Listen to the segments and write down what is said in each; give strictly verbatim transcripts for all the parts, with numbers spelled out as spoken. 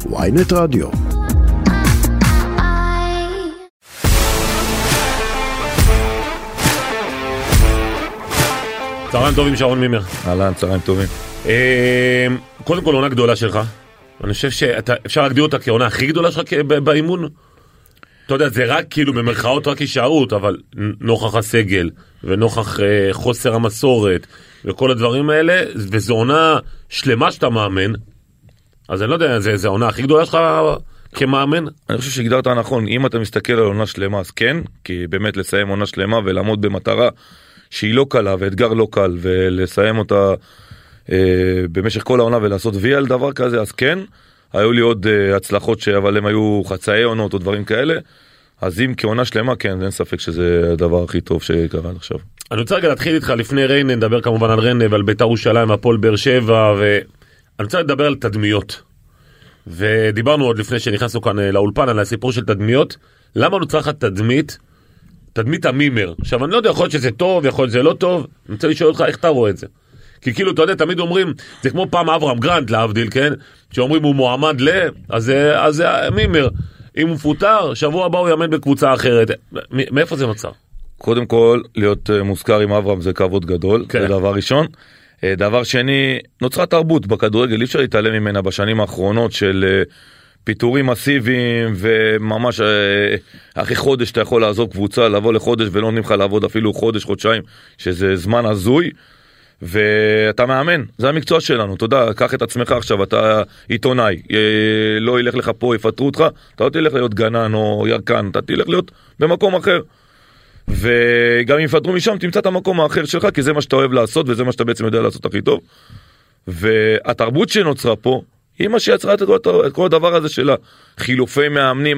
וויינט רדיו. צהריים טובים, שרון מימר. אהלן, צהריים טובים. קודם כל, עונה גדולה שלך. אני חושב שאפשר להגדיר אותה כעונה הכי גדולה שלך באימון. אתה יודע, זה רק כאילו במרכאות רק הישארות, אבל נוכח הסגל ונוכח חוסר המסורת וכל הדברים האלה, וזו עונה שלמה שאתה מאמן. אז אני לא יודע, זה, זה העונה הכי גדולה שלך כמאמן? אני חושב שהגדרת נכון, אם אתה מסתכל על עונה שלמה, אז כן, כי באמת לסיים עונה שלמה ולעמוד במטרה שהיא לא קלה ואתגר לא קל, ולסיים אותה אה, במשך כל העונה ולעשות וי על דבר כזה, אז כן, היו לי עוד אה, הצלחות אבל הם היו חצאי עונות או דברים כאלה, אז אם כעונה שלמה, כן, אין ספק שזה הדבר הכי טוב שקרה עד עכשיו. אני רוצה רגע להתחיל איתך לפני ריינה, נדבר כמובן על ריינה ועל בית"ר ירושלים והפועל באר שבע, ואני רוצה לדבר על תדמיות. ודיברנו עוד לפני שנכנסנו כאן לאולפן על הסיפור של תדמיות. למה נוצרה לך תדמית? תדמית המימר. עכשיו אני לא יודע, יכול להיות שזה טוב, יכול להיות שזה לא טוב. אני רוצה לשאול אותך איך אתה רואה את זה. כי כאילו אתה יודע, תמיד אומרים, זה כמו פעם אברהם גרנט להבדיל, כן? שאומרים הוא מועמד ל... אז זה מימר. אם הוא מפוטר, שבוע הבא הוא יאמן בקבוצה אחרת. מאיפה זה נוצר? קודם כל, להיות מוזכר עם אברהם זה כבוד גדול, כן. זה דבר ראשון. דבר שני, נוצרה תרבות בכדורגל, אי אפשר להתעלם ממנה בשנים האחרונות של פיתורים מסיביים, וממש אחרי חודש אתה יכול לעזוב קבוצה, לבוא לחודש ולא נותנים לך לעבוד אפילו חודש, חודשיים, שזה זמן הזוי, ואתה מאמן, זה המקצוע שלנו, אתה יודע, קח את עצמך עכשיו, אתה עיתונאי, לא ילך לך פה, יפטרו אותך, אתה לא תלך להיות גנן או ירקן, אתה תלך להיות במקום אחר. וגם אם יפטרו משם תמצא את המקום האחר שלך, כי זה מה שאתה אוהב לעשות וזה מה שאתה בעצם יודע לעשות הכי טוב. והתרבות שנוצרה פה היא מה שיצרה את כל הדבר הזה של החילופי מאמנים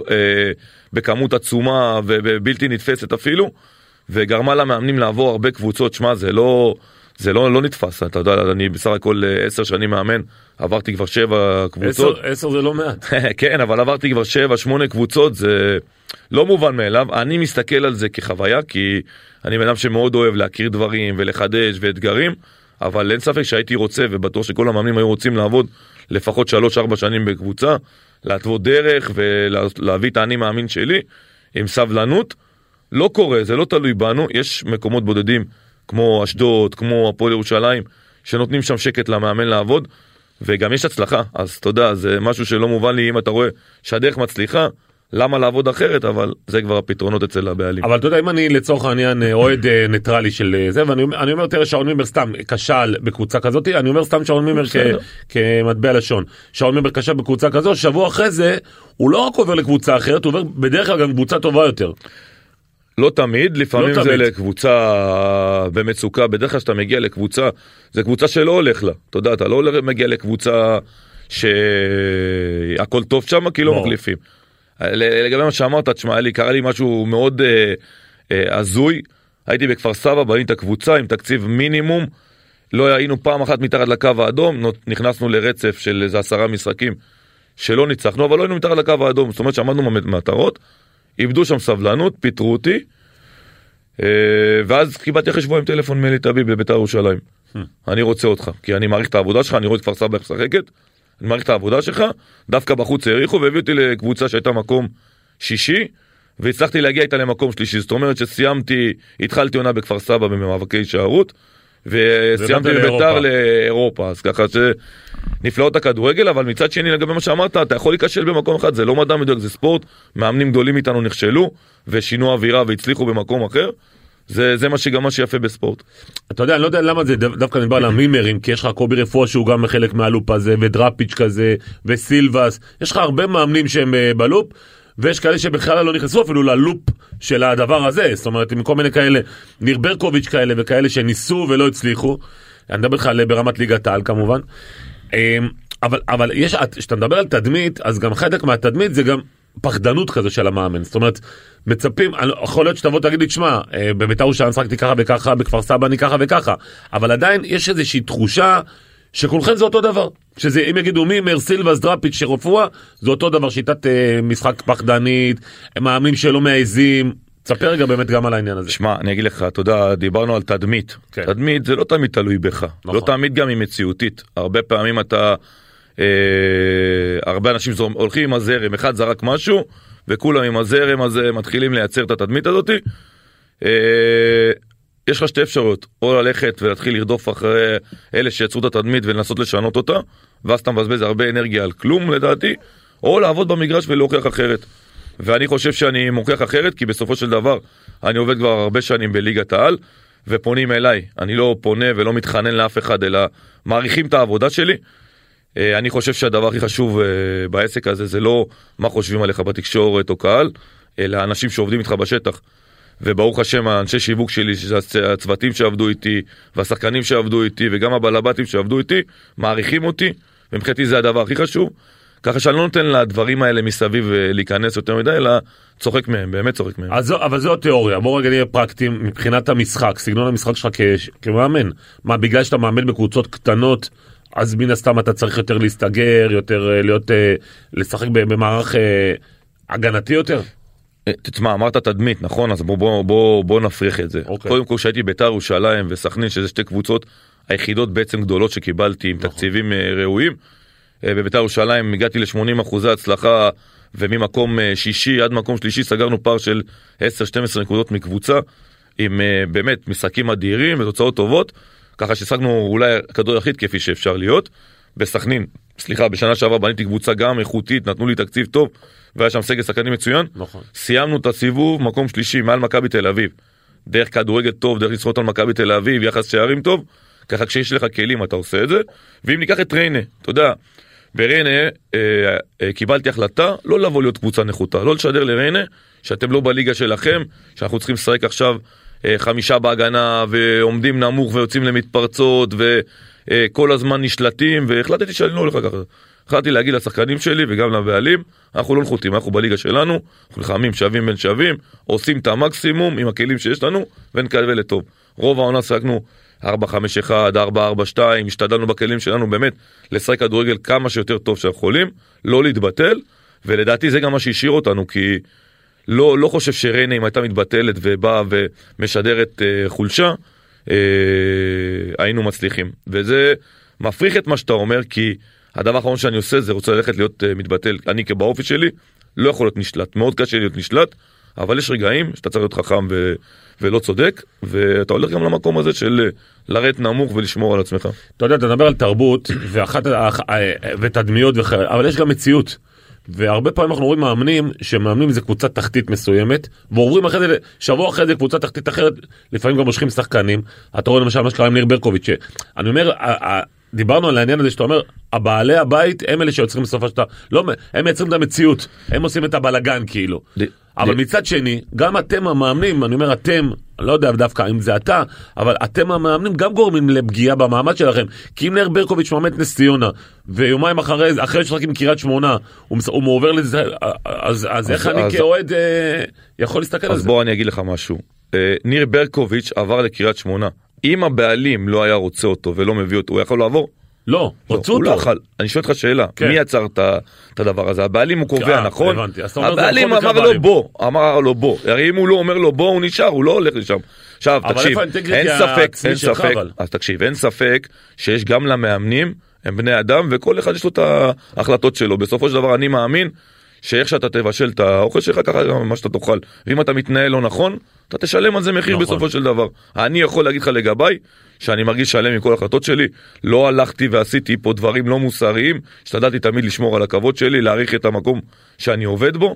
בכמות עצומה ובלתי נתפסת אפילו, וגרמה למאמנים לעבור הרבה קבוצות. שמה, זה לא זה לא לא נתפס, אתה יודע, אני בסך הכל עשר שנים מאמן, עברתי כבר שבע קבוצות. עשר, עשר זה לא מעט. כן, אבל עברתי כבר שבע, שמונה קבוצות, זה לא מובן מאליו. אני מסתכל על זה כחוויה, כי אני בן אדם שמאוד אוהב להכיר דברים ולחדש ואתגרים, אבל אין ספק שהייתי רוצה, ובטוח שכל המאמנים היו רוצים לעבוד לפחות שלוש, ארבע שנים בקבוצה, להתוות דרך ולהביא את האני מאמין שלי עם סבלנות. לא קורה, זה לא תלוי בנו. יש מקומות בודדים כמו אשדוד, כמו הפועל ירושלים, שנותנים שם שקט למאמן לעבוד, וגם יש הצלחה. אז אתה יודע, זה משהו שלא מובן לי, אם אתה רואה שהדרך מצליחה, למה לעבוד אחרת, אבל זה כבר הפתרונות אצל הבעלים. אבל אתה יודע, אם אני לצורך העניין אוהד ניטרלי של זה, ואני אני אומר, תראה, שרון מימר סתם כשל בקבוצה כזאת, אני אומר סתם שרון מימר כמטבע לשון. שרון מימר כשל בקבוצה כזאת, שבוע אחרי זה, הוא לא רק עובר לקבוצה אחרת, הוא עובר בדרך כלל גם קבוצה טובה יותר. לא תמיד, לפעמים לא זה תמיד. לקבוצה במצוקה, בדרך כלל שאתה מגיע לקבוצה, זה קבוצה שלא הולך לה, אתה יודע, אתה לא מגיע לקבוצה שהכל טוב שם, כי לא מחליפים. לגבי מה שאמרת, תשמע, לי, קרה לי משהו מאוד אה, אה, הזוי, הייתי בכפר סבא, בניתי את הקבוצה עם תקציב מינימום, לא היינו פעם אחת מתחת לקו האדום, נכנסנו לרצף של איזה עשרה משחקים שלא ניצחנו, אבל לא היינו מתחת לקו האדום, זאת אומרת שעמדנו במטרות, איבדו שם סבלנות, פיטרו אותי, ואז קיבלתי אחרי שבוע עם טלפון מאלי טביב בבית"ר ירושלים. אני רוצה אותך, כי אני מעריך את העבודה שלך, אני רואה את כפר סבא משחקת, אני מעריך את העבודה שלך, דווקא בחוץ העריכו, והביאו אותי לקבוצה שהייתה מקום שישי, והצלחתי להגיע איתה למקום שלישי. זאת אומרת שסיימתי, התחלתי עונה בכפר סבא במאבקי הישארות, וסיימתי בבית"ר לאירופה, אז ככה שנפלאות הכדורגל, אבל מצד שני לגבי מה שאמרת, אתה יכול להיכשל במקום אחד, זה לא מדע מדויק, זה ספורט, מאמנים גדולים איתנו נכשלו, ושינו אווירה והצליחו במקום אחר, זה, זה מה שגם מה שיפה בספורט. אתה יודע, אני לא יודע למה זה דווקא נדבר על המימרים, כי יש לך קובי רפואה שהוא גם חלק מהלופ הזה, ודראפיץ' כזה, וסילבס, יש לך הרבה מאמנים שהם בלופ, ויש כאלה שבכלל לא נכנסו אפילו ללופ של הדבר הזה, זאת אומרת, עם כל מיני כאלה, ניר ברקוביץ' כאלה וכאלה שניסו ולא הצליחו, אני מדבר לך ברמת ליגת העל כמובן, אבל, אבל יש, כשאתה מדבר על תדמית, אז גם חלק מהתדמית זה גם פחדנות כזו של המאמן, זאת אומרת, מצפים, יכול להיות שתבוא תגיד לי, תשמע, בבית"ר ירושלים שחקתי ככה וככה, בכפר סבא אני ככה וככה, אבל עדיין יש איזושהי תחושה שכולכם זה אותו דבר, שזה אם יגידו מימר, סילבס, דראפיץ' שרפואה, זה אותו דבר, שיטת אה, משחק פחדנית, מאמנים שלא מעזים. תספר רגע באמת גם על העניין הזה. שמע, אני אגיד לך, תודה, דיברנו על תדמית. כן. תדמית זה לא תמיד תלוי בך, נכון. לא תמיד גם היא מציאותית. הרבה פעמים אתה, אה, הרבה אנשים הולכים עם הזרם, אחד זרק משהו, וכולם עם הזרם הזה מתחילים לייצר את התדמית הזאת. יש לך שתי אפשרויות, או ללכת ולהתחיל לרדוף אחרי אלה שיצרו את התדמית ולנסות לשנות אותה, ואז אתה מבזבז הרבה אנרגיה על כלום לדעתי, או לעבוד במגרש ולהוכיח אחרת. ואני חושב שאני מוכיח אחרת, כי בסופו של דבר אני עובד כבר הרבה שנים בליגת העל, ופונים אליי. אני לא פונה ולא מתחנן לאף אחד, אלא מעריכים את העבודה שלי. אני חושב שהדבר הכי חשוב בעסק הזה זה לא מה חושבים עליך בתקשורת או קהל, אלא אנשים שעובדים איתך בשטח. וברוך השם, האנשי שיווק שלי, הצוותים שעבדו איתי, והשחקנים שעבדו איתי, וגם הבלבטים שעבדו איתי, מעריכים אותי, ומבחינתי זה הדבר הכי חשוב. ככה שאני לא נותן לדברים האלה מסביב להיכנס יותר מדי, אלא צוחק מהם, באמת צוחק מהם. אז, אבל זו התיאוריה, בואו רגע נהיה פרקטיים מבחינת המשחק, סגנון המשחק שלך כ- כמאמן. מה, בגלל שאתה מאמן בקבוצות קטנות, אז מן הסתם אתה צריך יותר להסתגר, יותר להיות, לשחק במערך הגנתי יותר? תשמע, אמרת תדמית, נכון? אז בוא, בוא, בוא, בוא נפריך את זה. Okay. קודם כל, שהייתי בית"ר ירושלים וסכנין, שזה שתי קבוצות היחידות בעצם גדולות שקיבלתי עם נכון. תקציבים ראויים. בבית"ר ירושלים הגעתי ל-שמונים אחוזי הצלחה, וממקום שישי עד מקום שלישי סגרנו פער של עשר שתים עשרה נקודות מקבוצה, עם באמת משחקים אדירים ותוצאות טובות, ככה ששחקנו אולי הכדור היחיד כפי שאפשר להיות. בסכנין, סליחה, בשנה שעברה בניתי קבוצה גם איכותית, נתנו לי תקציב טוב, והיה שם סגל שחקנים מצוין. נכון. סיימנו את הסיבוב, מקום שלישי, מעל מכבי תל אביב. דרך כדורגל טוב, דרך לזכות על מכבי תל אביב, יחס שערים טוב, ככה כשיש לך כלים אתה עושה את זה. ואם ניקח את ריינה, אתה יודע, בריינה אה, אה, קיבלתי החלטה לא לבוא להיות קבוצה נחותה, לא לשדר לריינה שאתם לא בליגה שלכם, שאנחנו צריכים לשחק עכשיו אה, חמישה בהגנה, ועומדים נמוך ויוצאים למתפרצות, וכל הזמן נשלטים, והחלטתי שאני לא הולך ככה. החלטתי להגיד לשחקנים שלי וגם לבעלים, אנחנו לא נחותים, אנחנו בליגה שלנו, אנחנו נלחמים שווים בין שווים, עושים את המקסימום עם הכלים שיש לנו, ונקווה לטוב. רוב העונה שחקנו ארבע חמש אחת, ארבע ארבע שתיים, השתדלנו בכלים שלנו באמת לשחק כדורגל כמה שיותר טוב שאנחנו יכולים, לא להתבטל, ולדעתי זה גם מה שהשאיר אותנו, כי לא, לא חושב שריינה אם הייתה מתבטלת ובאה ומשדרת אה, חולשה, אה, היינו מצליחים. וזה מפריך את מה שאתה אומר, כי הדבר האחרון שאני עושה זה רוצה ללכת להיות uh, מתבטל. אני כבאופי שלי לא יכול להיות נשלט, מאוד קשה להיות נשלט, אבל יש רגעים שאתה צריך להיות חכם ו... ולא צודק, ואתה הולך גם למקום הזה של לרדת נמוך ולשמור על עצמך. אתה יודע, אתה מדבר על תרבות ואחת, ותדמיות, וח... אבל יש גם מציאות. והרבה פעמים אנחנו רואים מאמנים, שמאמנים איזה קבוצת תחתית מסוימת, ועוברים אחרי זה, שבוע אחרי זה קבוצת תחתית אחרת, לפעמים גם מושכים שחקנים. אתה רואה למשל מה שקרה עם ניר ברקוביץ'. אני אומר, דיברנו על העניין הזה שאתה אומר, הבעלי הבית הם אלה שיוצרים בסוף השתה, לא, הם מייצרים את המציאות, הם עושים את הבלגן כאילו. אבל מצד שני, גם אתם המאמנים, אני אומר אתם, לא יודע דווקא אם זה אתה, אבל אתם המאמנים גם גורמים לפגיעה במעמד שלכם, כי אם ניר ברקוביץ' מאמן את נס ציונה, ויומיים אחרי, אחרי ששחקים קריית שמונה, הוא, הוא מעובר לזה, אז, אז איך אני כאוהד יכול להסתכל על זה? אז בוא אני אגיד לך משהו. ניר ברקוביץ' עבר לקריית שמונה. אם הבעלים לא היה רוצה אותו ולא מביא אותו, הוא יכול לעבור? לא, רצו אותו. אני שואל אותך שאלה, מי יצר את הדבר הזה? הבעלים הוא קובע, נכון? הבעלים אמר לו בוא, אמר לו בוא. הרי אם הוא לא אומר לו בוא, הוא נשאר, הוא לא הולך לשם. עכשיו, תקשיב, אין ספק, אין ספק, אז תקשיב, אין ספק שיש גם למאמנים, הם בני אדם, וכל אחד יש לו את ההחלטות שלו. בסופו של דבר אני מאמין שאיך שאתה תבשל את האוכל שלך, ככה גם מה שאתה תאכל. ואם אתה מתנהל לא נכון, אתה תשלם על זה מחיר נכון. בסופו של דבר. אני יכול להגיד לך לגביי, שאני מרגיש שלם עם כל החלטות שלי, לא הלכתי ועשיתי פה דברים לא מוסריים, השתדלתי תמיד לשמור על הכבוד שלי, להעריך את המקום שאני עובד בו,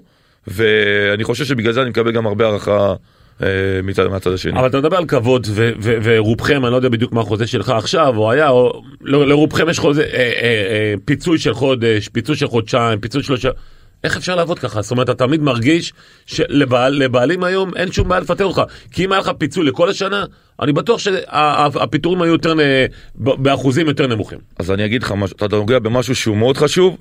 ואני חושב שבגלל זה אני מקבל גם הרבה הערכה מצד, מהצד השני. אבל אתה מדבר על כבוד, ורובכם, אני לא יודע בדיוק מה החוזה שלך עכשיו, או היה, או לרובכם יש חוזה, פיצוי של חודש, פיצוי של חודשיים, פיצוי שלושה, איך אפשר לעבוד ככה? זאת אומרת, אתה תמיד מרגיש שלבעלים היום אין שום בעיה לפטר אותך. כי אם היה לך פיצוי לכל השנה, אני בטוח שהפיטורים היו יותר באחוזים יותר נמוכים. אז אני אגיד לך משהו, אתה נוגע במשהו שהוא מאוד חשוב,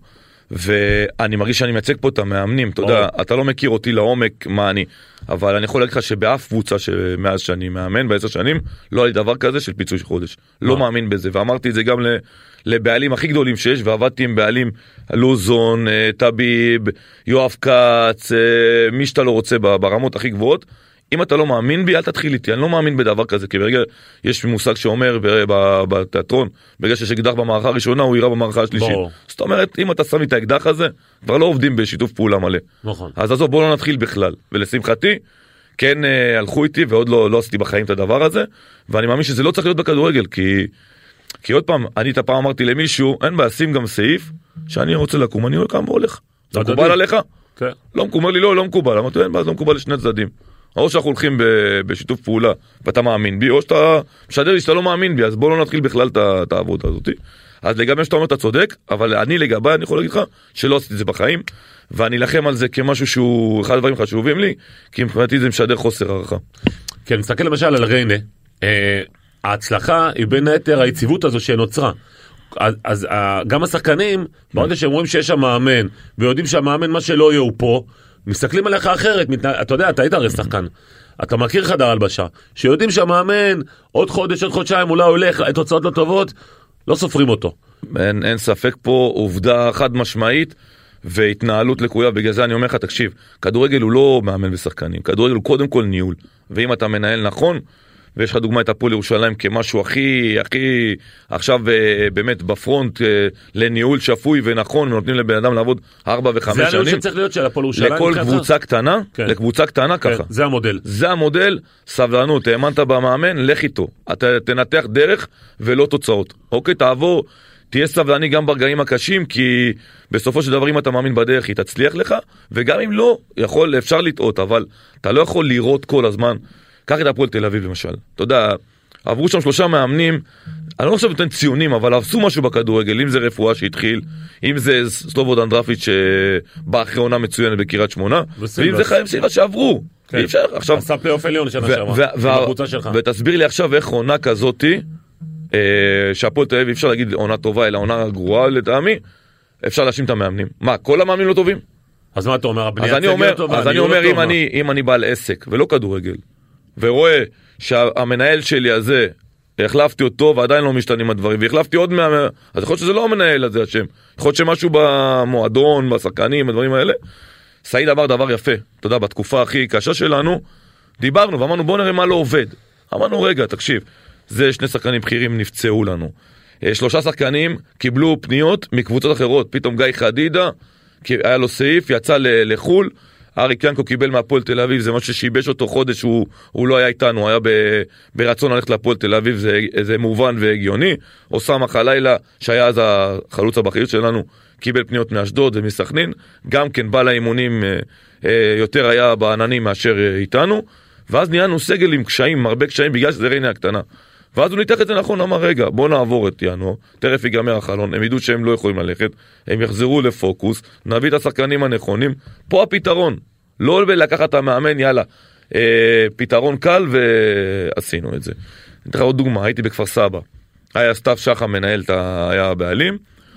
ואני מרגיש שאני מייצג פה את המאמנים. אתה יודע, אתה לא מכיר אותי לעומק מה אני, אבל אני יכול להגיד לך שבאף קבוצה שמאז שאני מאמן, בעשר שנים, לא היה לי דבר כזה של פיצוי של חודש. לא מאמין בזה, ואמרתי את זה גם לבעלים הכי גדולים שיש, ועבדתי עם בעלים לוזון, טביב, יואב קץ, מי שאתה לא רוצה ברמות הכי גבוהות. אם אתה לא מאמין בי, אל תתחיל איתי, אני לא מאמין בדבר כזה, כי ברגע, יש מושג שאומר בתיאטרון, ברגע שיש אקדח במערכה הראשונה, הוא יירה במערכה השלישית. זאת אומרת, אם אתה שם את האקדח הזה, כבר לא עובדים בשיתוף פעולה מלא. נכון. אז עזוב, בואו לא נתחיל בכלל. ולשמחתי, כן הלכו איתי, ועוד לא, לא עשיתי בחיים את הדבר הזה, ואני מאמין שזה לא צריך להיות בכדורגל, כי, כי עוד פעם, אני את הפעם אמרתי למישהו, אין בעיה, שים גם סעיף, שאני רוצה לקום, אני קם והולך. זה מקובל עליך? כן. לא מקובל לי, לא, לא מקובל. אמרתי, אין בעיה, זה מקובל לשני צדדים. או שאנחנו הולכים בשיתוף פעולה, ואתה מאמין בי, או שאתה משדר לי שאתה לא מאמין בי, אז בוא לא נתחיל בכלל את העבודה הזאת. אז לגבי שאתה אומר, אתה צודק, אבל אני לגבי, אני יכול להגיד לך, שלא עשיתי את זה בחיים, ואני אלחם על זה כמשהו שהוא אחד הדברים חשובים לי, כי מבחינתי זה משדר חוסר הערכה. כן, נסתכל למשל על ריינה, ההצלחה היא בין היתר היציבות הזו שנוצרה. אז, אז גם השחקנים, בעוד שהם רואים שיש שם מאמן, ויודעים שהמאמן מה שלא יהיה הוא פה, מסתכלים עליך אחרת, אתה יודע, אתה היית הרי שחקן, אתה מכיר חדר הלבשה, שיודעים שהמאמן עוד חודש, עוד חודשיים, אולי הולך, תוצאות לא טובות, לא סופרים אותו. אין, אין ספק פה, עובדה חד משמעית, והתנהלות לקויה, בגלל זה אני אומר לך, תקשיב, כדורגל הוא לא מאמן בשחקנים, כדורגל הוא קודם כל ניהול, ואם אתה מנהל נכון, ויש לך דוגמה את הפועל ירושלים כמשהו הכי, הכי, עכשיו באמת בפרונט לניהול שפוי ונכון, ונותנים לבן אדם לעבוד ארבע וחמש שנים. זה הניהול שצריך להיות של הפועל ירושלים. לכל קבוצה קטנה, לקבוצה קטנה ככה. זה המודל. זה המודל, סבלנות, האמנת במאמן, לך איתו. אתה תנתח דרך ולא תוצאות. אוקיי, תעבור, תהיה סבלני גם ברגעים הקשים, כי בסופו של דבר אם אתה מאמין בדרך היא תצליח לך, וגם אם לא, יכול, אפשר לטעות, אבל אתה לא יכול לראות כל הזמן. קח את הפועל תל אביב למשל, אתה יודע, עברו שם שלושה מאמנים, אני לא חושב נותן ציונים, אבל עשו משהו בכדורגל, אם זה רפואה שהתחיל, אם זה סלובודן אנדרפיץ' שבא אחרי עונה מצוינת בקריית שמונה, ואם זה חיים סילבס שעברו. עשה פלייאוף עליון לשנה שעברה, בקבוצה שלך. ותסביר לי עכשיו איך עונה כזאתי, שהפועל תל אביב אפשר להגיד עונה טובה, אלא עונה גרועה לטעמי, אפשר להאשים את המאמנים. מה, כל המאמנים לא טובים? אז מה אתה אומר? אז אני אומר, אם אני בעל עסק ולא כדורגל, ורואה שהמנהל שלי הזה, החלפתי אותו ועדיין לא משתנים הדברים, והחלפתי עוד מה... אז יכול להיות שזה לא המנהל הזה השם, יכול להיות שמשהו במועדון, בשחקנים, הדברים האלה. סעיד אמר דבר יפה, אתה יודע, בתקופה הכי קשה שלנו, דיברנו ואמרנו בוא נראה מה לא עובד. אמרנו רגע, תקשיב, זה שני שחקנים בכירים נפצעו לנו. שלושה שחקנים קיבלו פניות מקבוצות אחרות, פתאום גיא חדידה, היה לו סעיף, יצא לחול, אריק ינקו קיבל מהפועל תל אביב, זה משהו שיבש אותו חודש, הוא, הוא לא היה איתנו, הוא היה ב, ברצון ללכת לפועל תל אביב, זה, זה מובן והגיוני. אוסאמה חלילה, שהיה אז החלוץ הבכיר שלנו, קיבל פניות מאשדוד ומסכנין, גם כן בא לאימונים אה, אה, יותר היה בעננים מאשר אה, איתנו, ואז נהיינו סגל עם קשיים, הרבה קשיים, בגלל שזה ריינה הקטנה. ואז הוא ניתח את זה נכון, אמר רגע, בוא נעבור את ינואר, תרף ייגמר החלון, הם ידעו שהם לא יכולים ללכת, הם יחזרו לפוקוס, נביא את השחקנים הנכונים, פה הפתרון, לא לקחת את המאמן, יאללה, אה, פתרון קל ועשינו את זה. אני אתן עוד דוגמה, הייתי בכפר סבא, היה סתיו שחה מנהל, היה הבעלים,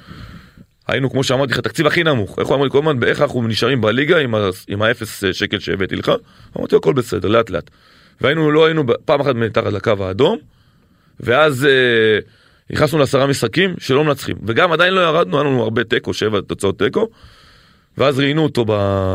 היינו כמו שאמרתי לך, תקציב הכי נמוך, איך הוא אמר לי כל הזמן, איך אנחנו נשארים בליגה עם, ה, עם האפס שקל שהבאתי לך, אמרתי הכל בסדר, לאט לאט, והיינו, לא היינו פעם אחת מתחת לקו האדום, ואז אה, נכנסנו לעשרה משחקים שלא מנצחים, וגם עדיין לא ירדנו, היה לנו הרבה טקו, שבע תוצאות טקו, ואז ראינו אותו ב...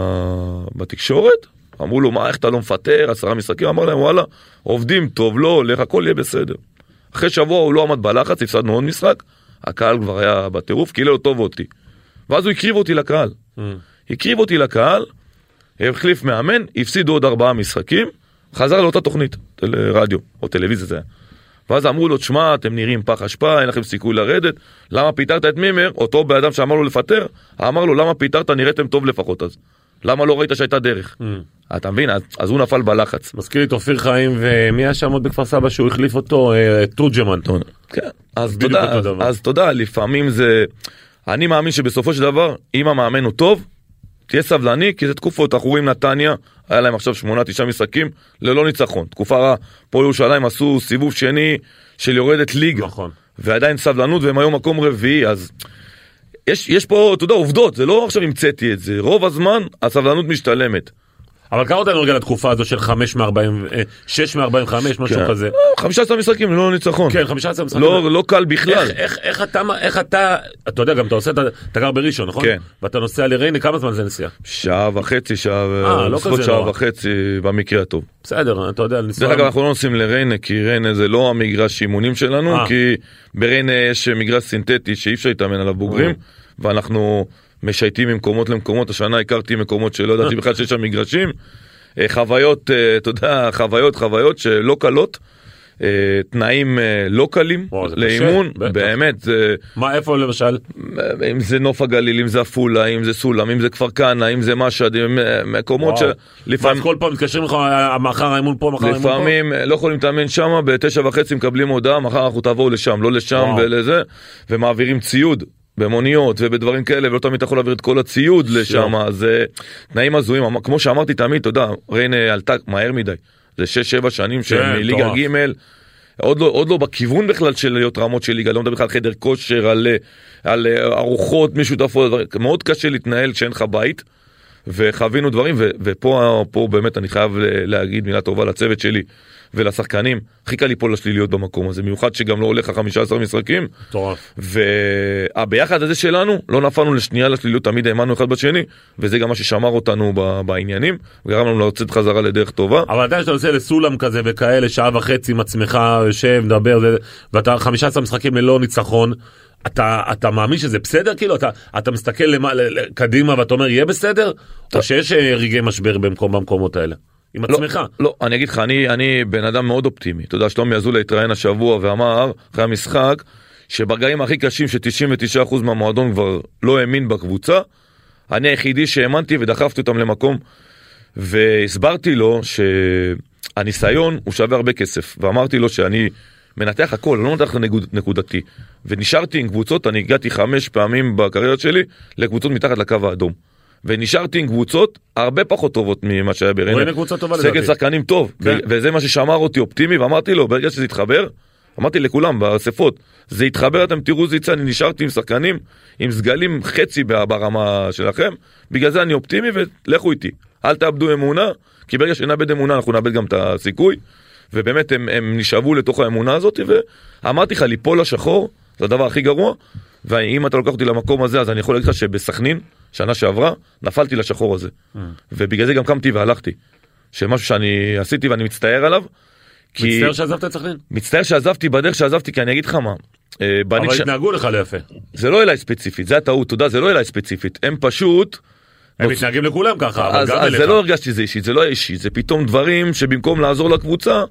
בתקשורת, אמרו לו, מה, איך אתה לא מפטר, עשרה משחקים, אמר להם, וואלה, עובדים טוב, לא הולך, הכל יהיה בסדר. אחרי שבוע הוא לא עמד בלחץ, הפסדנו עוד משחק, הקהל כבר היה בטירוף, כי לא טוב אותי. ואז הוא הקריב אותי לקהל. Mm. הקריב אותי לקהל, החליף מאמן, הפסידו עוד ארבעה משחקים, חזר לאותה תוכנית, רדיו או טלוויזיה זה היה. ואז אמרו לו, תשמע, אתם נראים פח אשפה, אין לכם סיכוי לרדת, למה פיתרת את מימר? אותו באדם שאמר לו לפטר, אמר לו, למה פיתרת? נראיתם טוב לפחות אז. למה לא ראית שהייתה דרך? Mm. אתה מבין? אז, אז הוא נפל בלחץ. מזכיר לי את אופיר חיים, ומי היה שם עוד בכפר סבא שהוא החליף אותו? תורג'מן. כן, אז תודה, אז, אז תודה, לפעמים זה... אני מאמין שבסופו של דבר, אם המאמן הוא טוב, תהיה סבלני, כי זה תקופות, אנחנו רואים נתניה, היה להם עכשיו שמונה, תשעה משחקים, ללא ניצחון. תקופה רעה, פה ירושלים עשו סיבוב שני של יורדת ליגה. נכון. ועדיין סבלנות, והם היום מקום רביעי, אז... יש, יש פה, אתה יודע, עובדות, זה לא עכשיו המצאתי את זה. רוב הזמן, הסבלנות משתלמת. אבל קרא אותנו רגע לתקופה הזו של חמש מ-ארבעים, שש מ-ארבעים וחמש, משהו כזה. חמישה עשר משחקים, לא ניצחון. כן, חמישה עשר משחקים. לא קל בכלל. איך אתה, איך אתה, אתה יודע, גם אתה עושה, אתה גר בראשון, נכון? כן. ואתה נוסע לריינה, כמה זמן זה נסיעה? שעה וחצי, שעה וחצי במקרה הטוב. בסדר, אתה יודע, דרך אגב, אנחנו לא נוסעים לריינה, כי ריינה זה לא המגרש אימונים שלנו, כי בריינה יש מגרש סינתטי שאי אפשר להתאמן עליו בוגרים, ואנחנו משייטים ממקומות למקומות. השנה הכרתי מקומות שלא ידעתי בכלל שיש שם מגרשים. חוויות, אתה יודע, חוויות, חוויות שלא קלות, תנאים לא קלים לאימון, באמת. מה, איפה למשל? אם זה נוף הגליל, אם זה אפולה, אם זה סולם, אם זה כפר כנא, אם זה משד, מקומות שלפעמים... ואז כל פעם מתקשרים לך, מחר האימון פה, מחר האימון פה? לפעמים לא יכולים להתאמן שם, בתשע וחצי מקבלים הודעה, מחר אנחנו תבואו לשם, לא לשם ולזה, ומעבירים ציוד. במוניות ובדברים כאלה, ולא תמיד אתה יכול להעביר את כל הציוד לשם, אז תנאים הזויים, כמו שאמרתי תמיד, אתה יודע, ריינה עלתה מהר מדי, זה שש שבע שנים מליגה ג', עוד לא, עוד לא בכיוון בכלל של להיות רמות של ליגה, לא מדבר בכלל חדר כושר, על, על ארוחות משותפות, מאוד קשה להתנהל כשאין לך בית, וחווינו דברים, ו, ופה פה באמת אני חייב להגיד מילה טובה לצוות שלי, ולשחקנים, הכי קל ליפול לשליליות במקום הזה, מיוחד שגם לא הולך חמישה עשר משחקים, והביחד הזה שלנו, לא נפלנו לשנייה לשליליות, תמיד האמנו אחד בשני, וזה גם מה ששמר אותנו בעניינים, וגרם לנו לצאת חזרה לדרך טובה. אבל אתה שאתה עושה לסולם כזה וכאלה, שעה וחצי עם עצמך, יושב, מדבר, ואתה חמישה עשר משחקים ללא ניצחון, אתה, אתה מאמין שזה בסדר? כאילו, אתה, אתה מסתכל למה, קדימה ואתה אומר, יהיה בסדר? או שיש רגעי משבר במקום, במקומות האלה? עם עצמך. לא, לא, אני אגיד לך, אני, אני בן אדם מאוד אופטימי. אתה יודע, שלומי אזולאי התראיין השבוע ואמר, אחרי המשחק, שברגעים הכי קשים ש-תשעים ותשעה אחוז מהמועדון כבר לא האמין בקבוצה, אני היחידי שהאמנתי ודחפתי אותם למקום, והסברתי לו שהניסיון הוא שווה הרבה כסף, ואמרתי לו שאני מנתח הכל, לא מנתח נקודתי, ונשארתי עם קבוצות, אני הגעתי חמש פעמים בקריירה שלי לקבוצות מתחת לקו האדום. ונשארתי עם קבוצות הרבה פחות טובות ממה שהיה בריינה. סגל שחקנים טוב, וזה מה ששמר אותי אופטימי, ואמרתי לו, ברגע שזה יתחבר, אמרתי לכולם באספות, זה יתחבר, אתם תראו זה יצא, אני נשארתי עם שחקנים, עם סגלים חצי ברמה שלכם, בגלל זה אני אופטימי ולכו איתי. אל תאבדו אמונה, כי ברגע שנאבד אמונה אנחנו נאבד גם את הסיכוי, ובאמת הם, הם נשאבו לתוך האמונה הזאת, ואמרתי לך, ליפול לשחור, זה הדבר הכי גרוע, ואם אתה לוקח אותי למקום הזה, אז אני יכול להגיד לך שבסכנין, שנה שעברה, נפלתי לשחור הזה. ובגלל זה גם קמתי והלכתי. שמשהו שאני עשיתי ואני מצטער עליו. מצטער שעזבת את סכנין? מצטער שעזבתי בדרך שעזבתי, כי אני אגיד לך מה. אבל התנהגו לך ליפה. זה לא אליי ספציפית, זה הטעות, אתה יודע, זה לא אליי ספציפית. הם פשוט... הם מתנהגים לכולם ככה, אבל גם אליך. אז זה לא הרגשתי זה אישית, זה לא אישי, זה פתאום דברים שבמקום לעזור לקבוצה,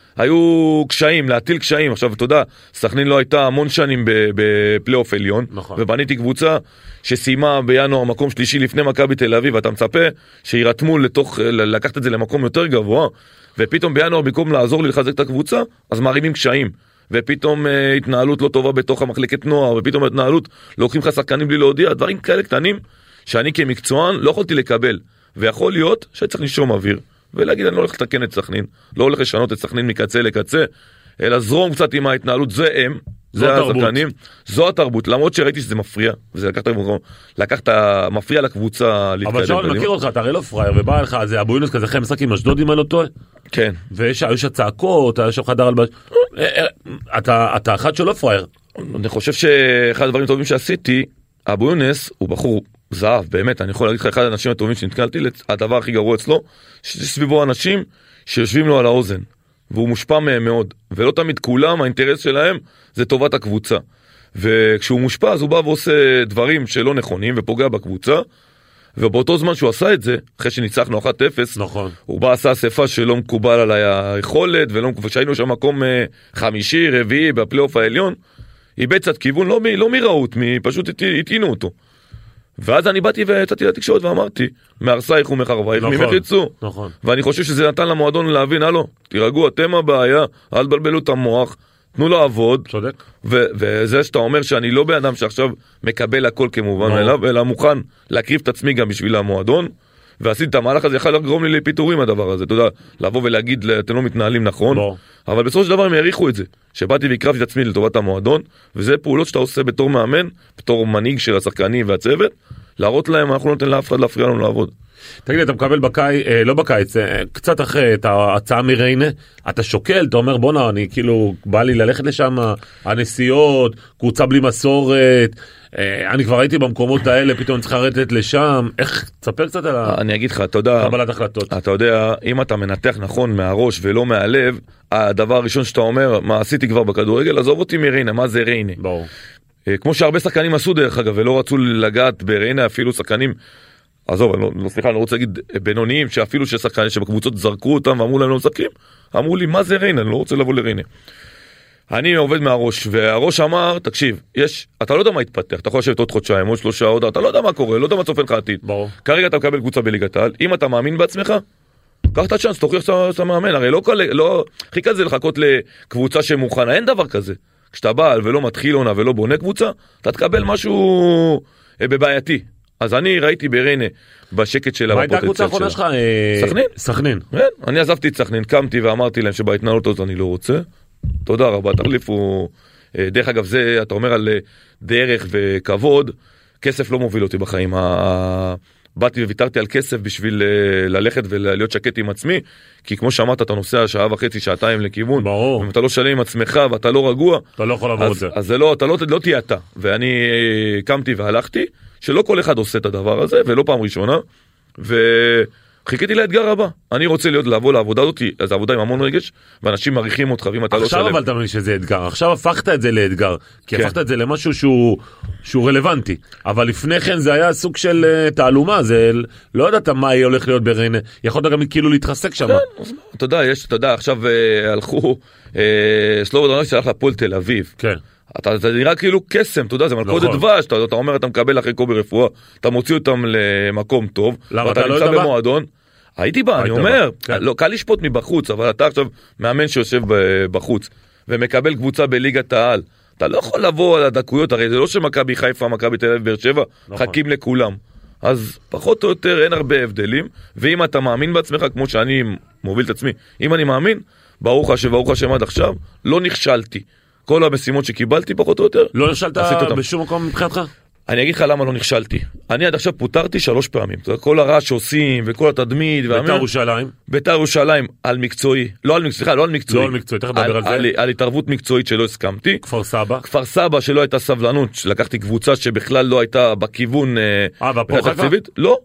היו קשיים, להטיל קשיים. עכשיו, אתה יודע, סכנין לא הייתה המון שנים בפלייאוף עליון, נכון. ובניתי קבוצה שסיימה בינואר מקום שלישי לפני מכבי תל אביב, ואתה מצפה שירתמו לתוך, לקחת את זה למקום יותר גבוה, ופתאום בינואר, במקום לעזור לי לחזק את הקבוצה, אז מערימים קשיים, ופתאום אה, התנהלות לא טובה בתוך המחלקת נוער, ופתאום התנהלות, לוקחים לך שחקנים בלי להודיע, דברים כאלה קטנים, שאני כמקצוען לא יכולתי לקבל, ויכול להיות שצריך נשום אוויר, ולהגיד אני לא הולך לתקן את סכנין, לא הולך לשנות את סכנין מקצה לקצה, אלא זרום קצת עם ההתנהלות, זה הם, זה השחקנים, זו התרבות, למרות שראיתי שזה מפריע, וזה לקחת, לקחת מפריע לקבוצה להתקדם. אבל שאול מכיר אותך, אתה הרי לא פרייר, ובא לך, זה אבו יונס כזה, חיים משחק עם אשדוד אם אני לא טועה? כן. ויש הצעקות, יש לך חדר על בש... אתה אחד שלא פרייר. אני חושב שאחד הדברים הטובים שעשיתי, אבו יונס הוא בחור זהב, באמת, אני יכול להגיד לך, אחד האנשים הטובים שנתקלתי, הדבר הכי גרוע אצלו, שסביבו אנשים שיושבים לו על האוזן, והוא מושפע מהם מאוד, ולא תמיד כולם, האינטרס שלהם זה טובת הקבוצה, וכשהוא מושפע אז הוא בא ועושה דברים שלא נכונים ופוגע בקבוצה, ובאותו זמן שהוא עשה את זה, אחרי שניצחנו אחת אפס, נכון. הוא בא עשה אספה שלא מקובל עליי היכולת, ושהיינו שם מקום חמישי, רביעי בפלייאוף העליון, איבד קצת כיוון, לא, לא מראות, פשוט התעינו אותו. ואז אני באתי ויצאתי לתקשורת ואמרתי, מהרסייך ומחרבייך, נכון, ממך יצאו. נכון. ואני חושב שזה נתן למועדון להבין, הלו, תירגעו, אתם הבעיה, אל תבלבלו את המוח, תנו לעבוד. צודק. ו- וזה שאתה אומר שאני לא באדם שעכשיו מקבל הכל כמובן לא. אליו, אלא מוכן להקריב את עצמי גם בשביל המועדון, ועשיתי את המהלך הזה, יכול לגרום לי לפיטורים הדבר הזה, אתה יודע, לבוא ולהגיד, אתם לא מתנהלים נכון, לא. אבל בסופו של דבר הם העריכו את זה, שבאתי והקרבתי את עצמי לטובת המועדון, וזה פעולות שאתה עושה בתור מאמן, בתור מנהיג של השחקנים והצוות, להראות להם, אנחנו לא נותן לאף אחד להפריע לנו לעבוד. תגיד, אתה מקבל בקיץ, אה, לא בקיץ, אה, קצת אחרי את ההצעה מריינה, אתה שוקל, אתה אומר בונה, אני כאילו, בא לי ללכת לשם, הנסיעות, קבוצה בלי מסורת, אה, אני כבר הייתי במקומות האלה, פתאום צריך לרדת לשם, איך, תספר קצת על אני אגיד לך, אתה יודע, קבלת החלטות. אתה יודע, אם אתה מנתח נכון מהראש ולא מהלב, הדבר הראשון שאתה אומר, מה עשיתי כבר בכדורגל, עזוב אותי מריינה, מה זה ריינה? ברור. כמו שהרבה שחקנים עשו דרך אגב, ולא רצו לגעת בריינה, אפילו שחקנים, עזוב, לא, לא, סליחה, אני לא רוצה להגיד בינוניים, שאפילו ששחקנים שבקבוצות זרקו אותם ואמרו להם לא משחקים, אמרו לי, מה זה ריינה? אני לא רוצה לבוא לריינה. אני עובד מהראש, והראש אמר, תקשיב, יש, אתה לא יודע מה יתפתח, אתה יכול לשבת עוד חודשיים, עוד שלושה, עוד, אתה לא יודע מה קורה, לא יודע מה צופן לך עתיד. ברור. כרגע אתה מקבל קבוצה בליגת העל, אם אתה מאמין בעצמך, קח את הצ'אנס, תוכיח שאתה מאמן, הרי לא, לא, חיכה זה לחכות לקבוצה שמוכנה, אין דבר כזה. כשאתה בא ולא מתחיל עונה ולא בונה קבוצה, אתה תקבל משהו בבעייתי. אז אני ראיתי בריינה בשקט שלה. מה הייתה הקבוצה האחרונה שלך? סכנין. סכנין. אני עזבתי את סכנין, קמתי ואמרתי להם שבהתנהלות הזאת אני לא רוצה. תודה רבה, תחליפו. דרך אגב, זה, אתה אומר על דרך וכבוד, כסף לא מוביל אותי בחיים. באתי וויתרתי על כסף בשביל ללכת ולהיות שקט עם עצמי, כי כמו שאמרת, אתה נוסע שעה וחצי, שעתיים לכיוון. ברור. אם אתה לא שלם עם עצמך ואתה לא רגוע, אתה לא יכול לעבור את זה. אז זה לא, אתה לא, לא תהיה אתה. ואני קמתי והלכתי, שלא כל אחד עושה את הדבר הזה, ולא פעם ראשונה, וחיכיתי לאתגר הבא. אני רוצה להיות, לבוא לעבודה הזאת, אז העבודה עם המון רגש, ואנשים מעריכים אותך, ואם אתה לא שלם. עכשיו אבל אתה מבין שזה אתגר, עכשיו הפכת את זה לאתגר, כי כן. הפכת את זה למשהו שהוא, שהוא רלוונטי, אבל לפני כן זה היה סוג של uh, תעלומה, זה לא ידעת מה יהיה הולך להיות בריינה, יכולת גם כאילו להתחסק שם. כן, אתה יודע, יש, אתה יודע, עכשיו uh, הלכו, uh, סלובו דונוביץ' הלך לפועל תל אביב. כן. אתה, זה נראה כאילו קסם, אתה יודע, זה מלכודת דבש, אתה, אתה אומר, אתה מקבל אחרי קובי רפואה, אתה מוציא אותם למקום טוב, ואתה נמצא במועדון. הייתי בה, אני אומר, לא, קל לשפוט מבחוץ, אבל אתה עכשיו מאמן שיושב בחוץ, ומקבל קבוצה בליגת העל. אתה לא יכול לבוא על הדקויות, הרי זה לא שמכבי חיפה, מכבי תל אביב, באר שבע, חכים לכולם. אז פחות או יותר אין הרבה הבדלים, ואם אתה מאמין בעצמך, כמו שאני מוביל את עצמי, אם אני מאמין, ברוך השם, ברוך השם עד עכשיו, לא נכשלתי. כל המשימות שקיבלתי פחות או יותר, לא נכשלת בשום מקום מבחינתך? אני אגיד לך למה לא נכשלתי. אני עד עכשיו פוטרתי שלוש פעמים. כל הרעש שעושים וכל התדמית. בית"ר ירושלים? בית"ר ירושלים על מקצועי. לא על מקצועי, סליחה, לא על מקצועי. לא על מקצועי, תכף נדבר על זה. על התערבות מקצועית שלא הסכמתי. כפר סבא? כפר סבא שלא הייתה סבלנות, לקחתי קבוצה שבכלל לא הייתה בכיוון תקציבית? לא.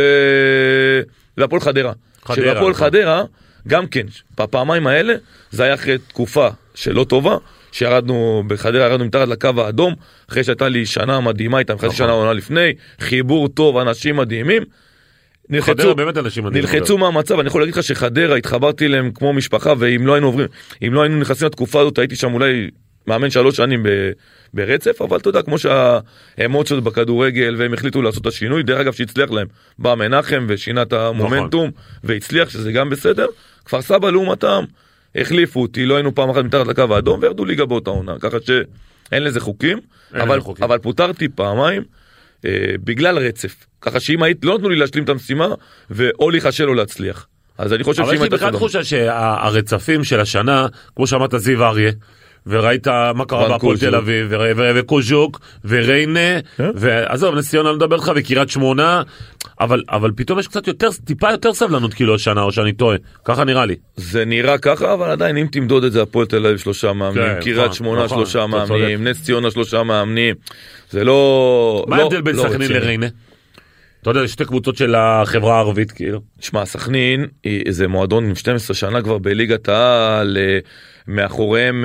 והפועל חדרה. שבפועל חדרה, גם כן, בפעמיים האלה, זה היה אחרי תקופה שלא טובה. שירדנו בחדרה, ירדנו מתחת לקו האדום, אחרי שהייתה לי שנה מדהימה, הייתה חצי שנה עונה לפני, חיבור טוב, אנשים מדהימים. חדרה באמת אנשים מדהימים. נלחצו מהמצב, אני יכול להגיד לך שחדרה, התחברתי להם כמו משפחה, ואם לא היינו עוברים, אם לא היינו נכנסים לתקופה הזאת, הייתי שם אולי מאמן שלוש שנים ברצף, אבל אתה יודע, כמו שהאמוציות בכדורגל, והם החליטו לעשות את השינוי, דרך אגב שהצליח להם, בא מנחם ושינה את המומנטום, והצליח שזה גם בסדר. כפר סבא לעומתם, החליפו אותי, לא היינו פעם אחת מתחת לקו האדום, וירדו ליגה באותה עונה, ככה שאין לזה חוקים, אבל, חוקים. אבל פוטרתי פעמיים אה, בגלל רצף, ככה שאם היית, לא נתנו לי להשלים את המשימה, ואו לי חשל או להצליח. אז אני חושב אבל יש לי בכלל תחושה שהרצפים של השנה, כמו שאמרת זיו אריה, וראית מה קרה בהפועל תל אביב, וקוז'וק, וריינה, ועזוב, נס ציונה לא מדבר לך, וקירת שמונה, אבל, אבל פתאום יש קצת יותר, טיפה יותר סבלנות כאילו השנה, או שאני טועה, ככה נראה לי. זה נראה ככה, אבל עדיין אם תמדוד את זה, הפועל תל אביב שלושה מאמנים, קירת שמונה שלושה מאמנים, נס ציונה שלושה מאמנים, זה לא... מה ההבדל בין סכנין לריינה? אתה יודע, שתי קבוצות של החברה הערבית, כאילו. שמע, סכנין, זה מועדון עם שתים עשרה שנה כבר בליגת העל, מאחוריהם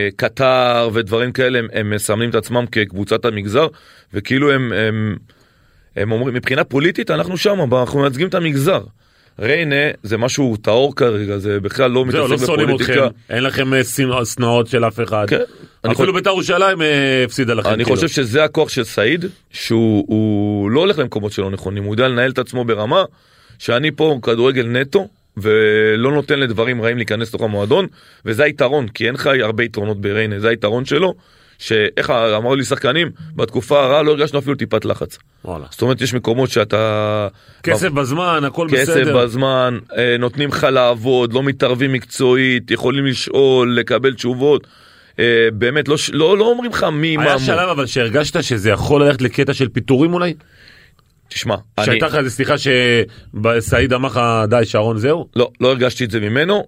קטר ודברים כאלה, הם, הם מסמנים את עצמם כקבוצת המגזר, וכאילו הם, הם, הם אומרים, מבחינה פוליטית אנחנו שם, אנחנו מייצגים את המגזר. ריינה זה משהו טהור כרגע, זה בכלל לא מתעסק בפוליטיקה. אין לכם סנאות של אף אחד. כן. אפילו בית"ר ירושלים הפסידה לכם. אני חושב שזה הכוח של סעיד, שהוא לא הולך למקומות שלא נכונים, הוא יודע לנהל את עצמו ברמה, שאני פה כדורגל נטו, ולא נותן לדברים רעים להיכנס לתוך המועדון, וזה היתרון, כי אין לך הרבה יתרונות בריינה, זה היתרון שלו, שאיך אמרו לי שחקנים, בתקופה הרעה לא הרגשנו אפילו טיפת לחץ. וואלה. זאת אומרת, יש מקומות שאתה... כסף בזמן, הכל בסדר. כסף בזמן, נותנים לך לעבוד, לא מתערבים מקצועית, יכולים לשאול, לקבל תשובות. באמת, לא, לא, לא אומרים לך מי... היה שלב אבל שהרגשת שזה יכול ללכת לקטע של פיתורים אולי? תשמע, שהייתה לך איזה סליחה שסעיד אמר לך די שרון זהו? לא, לא הרגשתי את זה ממנו,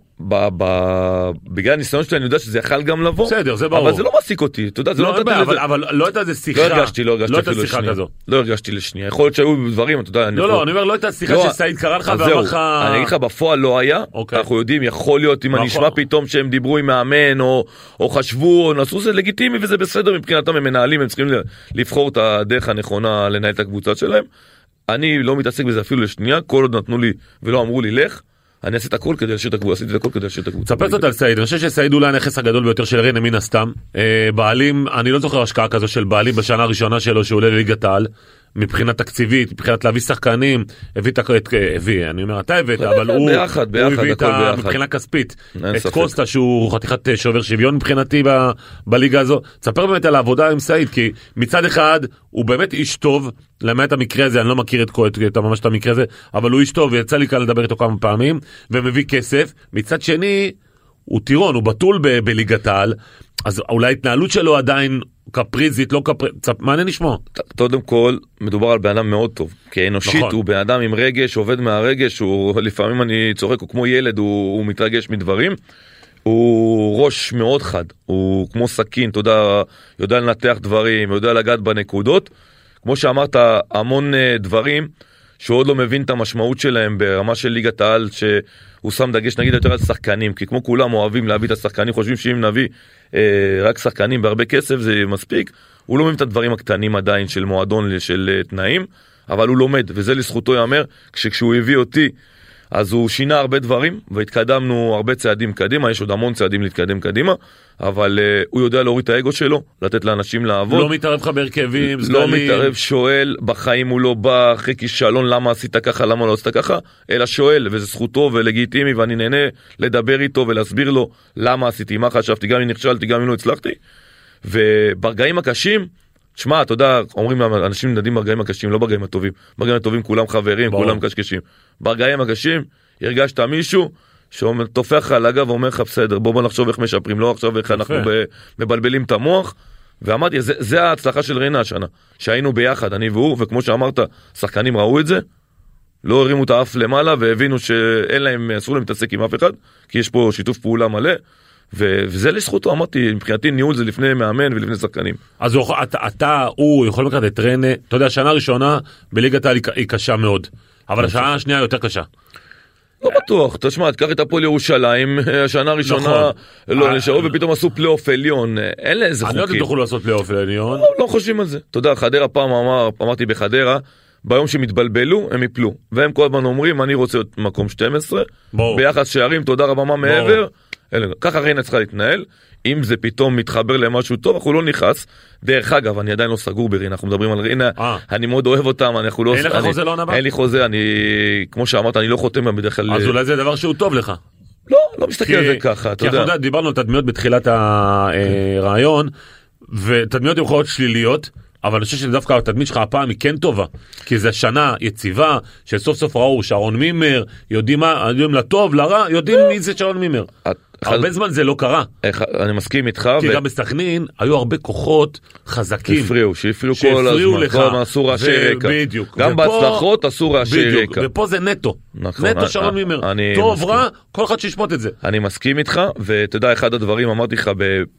בגלל הניסיון שלי אני יודע שזה יכל גם לבוא, בסדר, זה ברור. אבל זה לא מעסיק אותי, אתה יודע, זה לא נתתי לזה. אבל לא הייתה איזה שיחה, לא הרגשתי, לא הרגשתי אפילו לשנייה. לא הרגשתי לשנייה, יכול להיות שהיו דברים, אתה יודע. לא, לא, אני אומר, לא הייתה שיחה שסעיד קרא לך ואמר לך... אני אגיד לך, בפועל לא היה, אנחנו יודעים, יכול להיות אם אני אשמע פתאום שהם דיברו עם מאמן, או חשבו, או נסו, זה לגיטימי וזה בסדר מבחינתם, הם מנהלים, הם צריכים לבחור את הדרך הנכונה לנהל את הקבוצה שלהם. אני לא מתעסק בזה אפילו לשנייה, כל עוד נתנו לי ולא אמרו לי לך, אני עשיתי את הכל כדי להשאיר את הקבוצה, עשיתי את הכל כדי להשאיר את הקבוצה. ספר קצת על סעיד, אני חושב שסעיד אולי הנכס הגדול ביותר של ריינה מן הסתם, בעלים, אני לא זוכר השקעה כזו של בעלים בשנה הראשונה שלו שהוא עולה לליגת העל, מבחינה תקציבית, מבחינת להביא שחקנים, הביא את, הביא, אני אומר, אתה הבאת, אבל הוא הביא את מבחינה כספית, את קוסטה שהוא חתיכת שובר שוויון מבחינתי בליגה הזו. תספר באמת על העבודה עם סעיד, כי מצד אחד הוא באמת איש טוב, למעט המקרה הזה, אני לא מכיר את ממש את המקרה הזה, אבל הוא איש טוב, ויצא לי כאן לדבר איתו כמה פעמים, ומביא כסף. מצד שני, הוא טירון, הוא בטול בליגת העל, אז אולי ההתנהלות שלו עדיין קפריזית, לא קפריזית, מעניין לשמוע. קודם כל, מדובר על בן אדם מאוד טוב, כי אנושית הוא בן אדם עם רגש, עובד מהרגש, לפעמים אני צוחק, הוא כמו ילד, הוא מתרגש מדברים, הוא ראש מאוד חד, הוא כמו סכין, אתה יודע, יודע לנתח דברים, יודע לגעת בנקודות, כמו שאמרת, המון דברים, שהוא עוד לא מבין את המשמעות שלהם ברמה של ליגת העל, שהוא שם דגש נגיד יותר על שחקנים, כי כמו כולם אוהבים להביא את השחקנים, חושבים שאם נביא אה, רק שחקנים בהרבה כסף זה מספיק, הוא לא מבין את הדברים הקטנים עדיין של מועדון, של אה, תנאים, אבל הוא לומד, וזה לזכותו יאמר, כשהוא הביא אותי, אז הוא שינה הרבה דברים, והתקדמנו הרבה צעדים קדימה, יש עוד המון צעדים להתקדם קדימה, אבל uh, הוא יודע להוריד את האגו שלו, לתת לאנשים לעבוד. לא מתערב לך בהרכבים, לא מתערב, שואל, בחיים הוא לא בא אחרי כישלון, למה עשית ככה, למה לא עשית ככה, אלא שואל, וזה זכותו ולגיטימי, ואני נהנה לדבר איתו ולהסביר לו למה עשיתי, מה חשבתי, גם אם נכשלתי, גם אם לא הצלחתי. וברגעים הקשים, תשמע, אתה יודע, אומרים אנשים נדעים ברגעים הקשים, לא ברגעים הטובים. ברגעים הטובים כולם חברים, ברור. כולם קשקשים. ברגעים הקשים, הרגשת מישהו שתופח על הגב ואומר לך בסדר, בוא בוא נחשוב איך משפרים, לא עכשיו איך אנחנו מבלבלים את המוח. ואמרתי, זה, זה ההצלחה של ריינה השנה, שהיינו ביחד, אני והוא, וכמו שאמרת, שחקנים ראו את זה, לא הרימו את האף למעלה, והבינו שאין להם, אסור להם להתעסק עם אף אחד, כי יש פה שיתוף פעולה מלא, וזה לזכותו, אמרתי, מבחינתי ניהול זה לפני מאמן ולפני שחקנים. אז הוא, אתה, אתה, הוא יכול לקחת את ריינה, אתה יודע, השנה הראשונה בליגת העל היא קשה מאוד, אבל השנה השנייה יותר קשה. לא בטוח, תשמע, תקח את הפועל ירושלים, השנה הראשונה לא נשארו, ופתאום עשו פלייאוף עליון, אין לה איזה חוקים. אני לא תוכלו לעשות פלייאוף עליון. לא חושבים על זה. אתה יודע, חדרה פעם אמרתי בחדרה, ביום שמתבלבלו, הם יפלו. והם כל הזמן אומרים, אני רוצה להיות מקום שתים עשרה, ביחס שערים, תודה רבה מה מעבר. ככה ריינה צריכה להתנהל. אם זה פתאום מתחבר למשהו טוב, אנחנו לא נכנס. דרך אגב, אני עדיין לא סגור בריינה, אנחנו מדברים על ריינה, אני מאוד אוהב אותם, אנחנו לא... אין לך חוזה לא נבא? אין לי חוזה, אני, כמו שאמרת, אני לא חותם בדרך כלל... אז אולי זה דבר שהוא טוב לך. לא, לא מסתכל על זה ככה, אתה יודע. כי אנחנו דיברנו על תדמיות בתחילת הרעיון, ותדמיות יכולות שליליות, אבל אני חושב שדווקא התדמית שלך הפעם היא כן טובה, כי זה שנה יציבה, שסוף סוף ראו שרון מימר, יודעים מה, יודעים לטוב, לרע, יודעים מי זה שרון מימר. הרבה זמן זה לא קרה. אני מסכים איתך. כי גם בסכנין היו הרבה כוחות חזקים. הפריעו, שהפריעו כל הזמן. כל הזמן עשו רעשי רקע. גם בהצלחות עשו רעשי רקע. ופה זה נטו. נטו שרון מימר. טוב, רע, כל אחד שישפוט את זה. אני מסכים איתך, ואתה יודע, אחד הדברים אמרתי לך,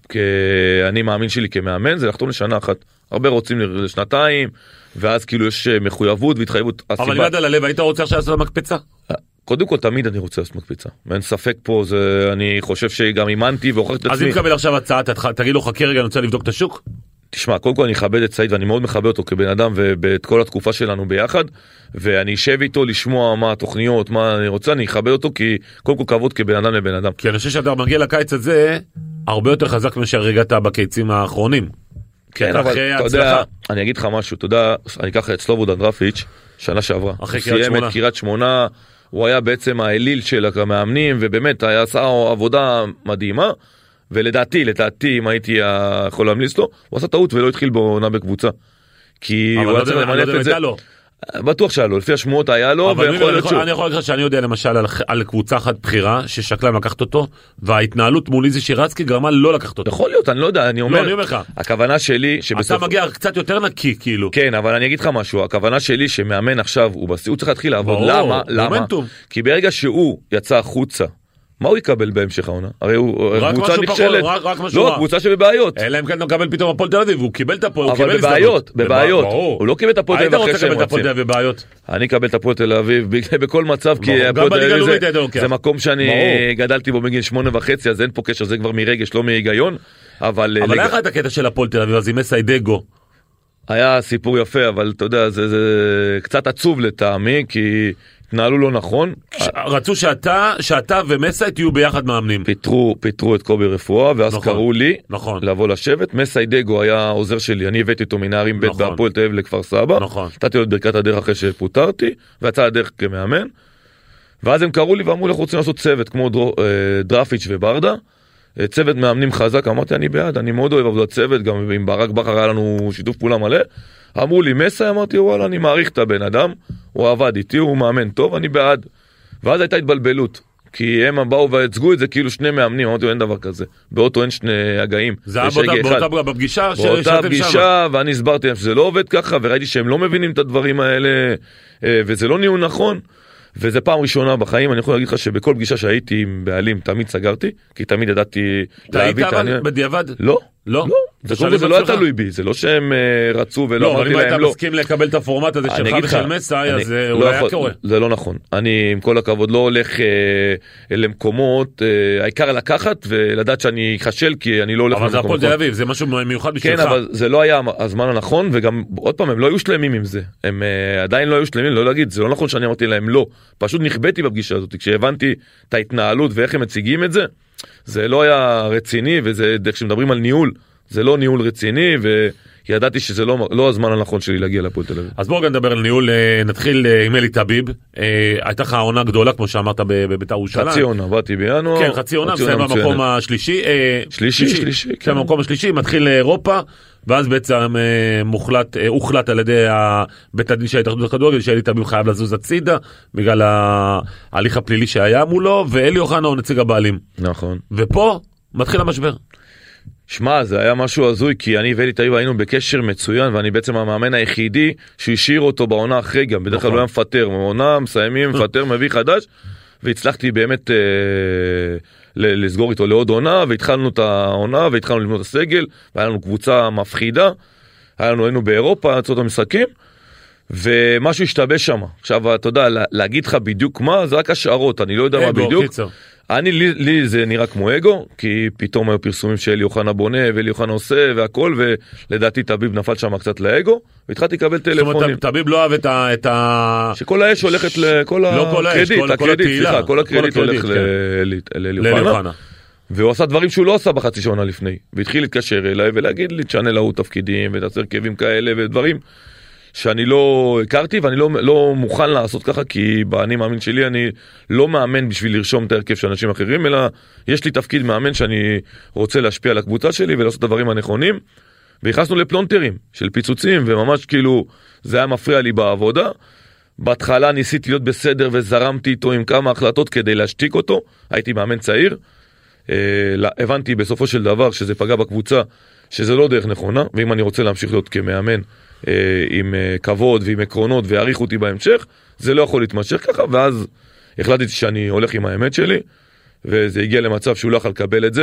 אני מאמין שלי כמאמן, זה לחתום לשנה אחת. הרבה רוצים לשנתיים, ואז כאילו יש מחויבות והתחייבות. אבל ליד על הלב, היית רוצה עכשיו לעשות מקפצה? קודם כל תמיד אני רוצה לעשות מקפיצה, אין ספק פה, זה, אני חושב שגם אימנתי והוכחת את עצמי. אז אם תקבל עכשיו הצעה, תגיד לו חכה רגע, אני רוצה לבדוק את השוק? תשמע, קודם כל אני אכבד את סעיד ואני מאוד מכבד אותו כבן אדם ואת כל התקופה שלנו ביחד, ואני אשב איתו לשמוע מה התוכניות, מה אני רוצה, אני אכבד אותו כי קודם כל כבוד כבן אדם לבן אדם. כי אני חושב שאתה מגיע לקיץ הזה הרבה יותר חזק מאשר רגעת בקיצים האחרונים. כן, אבל אתה יודע, אני אגיד לך משהו, אתה יודע, אני אקח את סלובודן דרפיץ' שנה שעברה. אחרי קריית שמונה. סיים את קריית שמונה, הוא היה בעצם האליל של המאמנים, ובאמת היה עשה עבודה מדהימה, ולדעתי, לדעתי, אם הייתי יכול להמליץ לו, הוא עשה טעות ולא התחיל בעונה בקבוצה. כי הוא היה צריך למנף את זה. בטוח שהיה לו, לפי השמועות היה לו, אבל אני יכול להגיד לך שאני יודע למשל על קבוצה אחת בחירה ששקלה לקחת אותו, וההתנהלות מול איזי שירצקי גרמה לא לקחת אותו. יכול להיות, אני לא יודע, אני אומר, הכוונה שלי אתה מגיע קצת יותר נקי כאילו. כן, אבל אני אגיד לך משהו, הכוונה שלי שמאמן עכשיו הוא צריך להתחיל לעבוד. למה? למה? כי ברגע שהוא יצא החוצה, מה הוא יקבל בהמשך העונה? הרי הוא קבוצה נכשלת, לא, קבוצה שבבעיות. אלא אם כן נקבל פתאום הפועל תל אביב, הוא קיבל את הפועל, אבל בבעיות, בבעיות. הוא לא קיבל את הפועל תל אביב אחרי שהם רצים. אני אקבל את הפועל תל אביב בכל מצב, כי הפועל תל אביב זה מקום שאני גדלתי בו מגיל שמונה וחצי, אז אין פה קשר, זה כבר מרגש, לא מהיגיון. אבל היה לך את הקטע של הפועל תל אביב, אז עם מסיידגו. היה סיפור יפה, אבל אתה יודע, זה קצת עצוב לטעמי, כי התנהלו לא נכון. רצו שאתה, שאתה ומסי תהיו ביחד מאמנים. פיתרו, פיתרו את קובי רפואה, ואז נכון, קראו לי נכון. לבוא לשבת. מסי דגו היה עוזר שלי, אני הבאתי אותו מנערים בית נכון. בהפועל תל אביב לכפר סבא. נכון. נתתי לו את ברכת הדרך אחרי שפוטרתי, ויצא הדרך כמאמן. ואז הם קראו לי ואמרו, אנחנו רוצים לעשות צוות, כמו דרו, דרפיץ' וברדה. צוות מאמנים חזק, אמרתי, אני בעד, אני מאוד אוהב עבודת צוות, גם עם ברק בכר היה לנו שיתוף פעולה מלא. אמרו לי, מסי, אמרתי, וואלה, אני מעריך את הבן אדם, הוא עבד איתי, הוא מאמן טוב, אני בעד. ואז הייתה התבלבלות, כי הם באו והצגו את זה כאילו שני מאמנים, אמרתי, אין דבר כזה. באוטו אין שני הגאים. זה היה באותה, באותה פגישה באותה פגישה, ואני הסברתי להם שזה לא עובד ככה, וראיתי שהם לא מבינים את הדברים האלה, וזה לא ניהול נכון. וזה פעם ראשונה בחיים, אני יכול להגיד לך שבכל פגישה שהייתי עם בעלים, תמיד סגרתי, כי תמיד ידעתי להביא את העניין. בדיעבד? לא. לא? זה לא היה תלוי בי, זה לא שהם רצו ולא אמרתי להם לא. לא, אם היית מסכים לקבל את הפורמט הזה שלך ושל מסי, אז אולי היה קורה. זה לא נכון. אני, עם כל הכבוד, לא הולך למקומות, העיקר לקחת ולדעת שאני חשל, כי אני לא הולך למקום. אבל זה הפועל תל אביב, זה משהו מיוחד בשבילך. כן, אבל זה לא היה הזמן הנכון, וגם, עוד פעם, הם לא היו שלמים עם זה. הם עדיין לא היו שלמים, לא להגיד, זה לא נכון שאני אמרתי להם לא. פשוט נכבדתי בפגישה הזאת, כשהבנתי את ההתנהלות ואיך הם מציגים את זה, זה לא היה רציני, וזה, כשמדברים על ניהול, זה לא ניהול רציני, וידעתי שזה לא, לא הזמן הנכון שלי להגיע לפועל תל אביב. אז בואו גם נדבר על ניהול, נתחיל עם אלי טביב, הייתה לך עונה גדולה, כמו שאמרת בבית"ר ירושלים. חצי עונה, באתי בינואר. כן, חצי עונה, מסיים במקום השלישי. שלישי, שלישי. כן, במקום השלישי, מתחיל לאירופה, ואז בעצם מוחלט, הוחלט על ידי בית הדין של ההתאחדות לכדורגל, שאלי טביב חייב לזוז הצידה, בגלל ההליך הפלילי שהיה מולו, ואלי אוחנה הוא נציג הבעלים. נכון. ופה מתחיל המשבר. שמע, זה היה משהו הזוי, כי אני ואלי טביב היינו בקשר מצוין, ואני בעצם המאמן היחידי שהשאיר אותו בעונה אחרי גם, בדרך כלל לא היה מפטר, מעונה, מסיימים, מפטר, מביא חדש, והצלחתי באמת אה, לסגור איתו לעוד עונה, והתחלנו את העונה, והתחלנו לבנות הסגל, והיה לנו קבוצה מפחידה, היה לנו, היינו באירופה, יצאות המשחקים, ומשהו השתבש שם. עכשיו, אתה יודע, להגיד לך בדיוק מה, זה רק השערות, אני לא יודע מה בדיוק. אני, לי, לי זה נראה כמו אגו, כי פתאום היו פרסומים שאלי אוחנה בונה, ואלי אוחנה עושה והכל, ולדעתי טביב נפל שם קצת לאגו, והתחלתי לקבל טלפונים. זאת אומרת, טביב לא אוהב את ה... שכל האש הולכת לכל הקרדיט, הקרדיט, סליחה, כל הקרדיט הולך לאלי אוחנה. והוא עשה דברים שהוא לא עשה בחצי שנה לפני, והתחיל להתקשר אליי ולהגיד לי, תשנה להוא תפקידים, ותעשה הרכבים כאלה ודברים. שאני לא הכרתי ואני לא, לא מוכן לעשות ככה, כי באני מאמין שלי אני לא מאמן בשביל לרשום את ההרכב של אנשים אחרים, אלא יש לי תפקיד מאמן שאני רוצה להשפיע על הקבוצה שלי ולעשות את הדברים הנכונים, והכנסנו לפלונטרים של פיצוצים, וממש כאילו זה היה מפריע לי בעבודה. בהתחלה ניסיתי להיות בסדר וזרמתי איתו עם כמה החלטות כדי להשתיק אותו, הייתי מאמן צעיר, הבנתי בסופו של דבר שזה פגע בקבוצה, שזה לא דרך נכונה, ואם אני רוצה להמשיך להיות כמאמן עם כבוד ועם עקרונות ויעריך אותי בהמשך, זה לא יכול להתמשך ככה, ואז החלטתי שאני הולך עם האמת שלי, וזה הגיע למצב שהוא לא יכול לקבל את זה,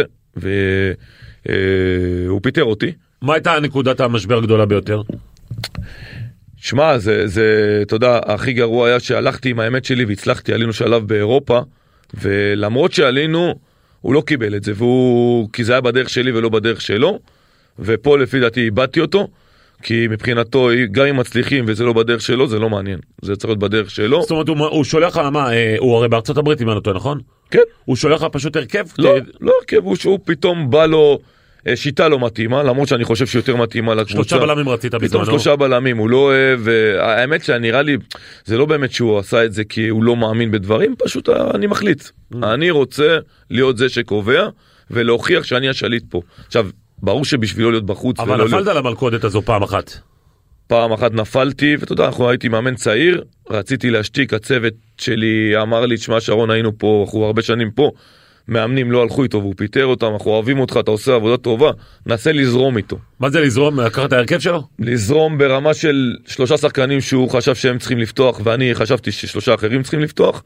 והוא פיטר אותי. מה הייתה נקודת המשבר הגדולה ביותר? שמע, זה, זה, אתה יודע, הכי גרוע היה שהלכתי עם האמת שלי והצלחתי, עלינו שלב באירופה, ולמרות שעלינו, הוא לא קיבל את זה, והוא, כי זה היה בדרך שלי ולא בדרך שלו, ופה לפי דעתי איבדתי אותו, כי מבחינתו, גם אם מצליחים וזה לא בדרך שלו, זה לא מעניין. זה צריך להיות בדרך שלו. זאת אומרת, הוא, הוא שולח לך, מה, הוא הרי בארצות הברית אימן אותו, נכון? כן. הוא שולח לך פשוט הרכב? לא, כ... לא הרכב, הוא, שהוא פתאום בא לו, שיטה לא מתאימה, למרות שאני חושב שיותר מתאימה לקבוצה. שלושה בלמים רצית בזמנו. פתאום שלושה בלמים, הוא לא אוהב, והאמת שנראה לי, זה לא באמת שהוא עשה את זה כי הוא לא מאמין בדברים, פשוט אני מחליט. אני רוצה להיות זה שקובע, ולהוכיח שאני השליט פה. עכשיו, ברור שבשבילו להיות בחוץ... אבל נפלת על המלכודת הזו פעם אחת. פעם אחת נפלתי, ואתה יודע, אנחנו הייתי מאמן צעיר, רציתי להשתיק, הצוות שלי אמר לי, תשמע שרון, היינו פה, אנחנו הרבה שנים פה, מאמנים לא הלכו איתו, והוא פיטר אותם, אנחנו אוהבים אותך, אתה עושה עבודה טובה, נסה לזרום איתו. מה זה לזרום? לקחת את ההרכב שלו? לזרום ברמה של שלושה שחקנים שהוא חשב שהם צריכים לפתוח, ואני חשבתי ששלושה אחרים צריכים לפתוח,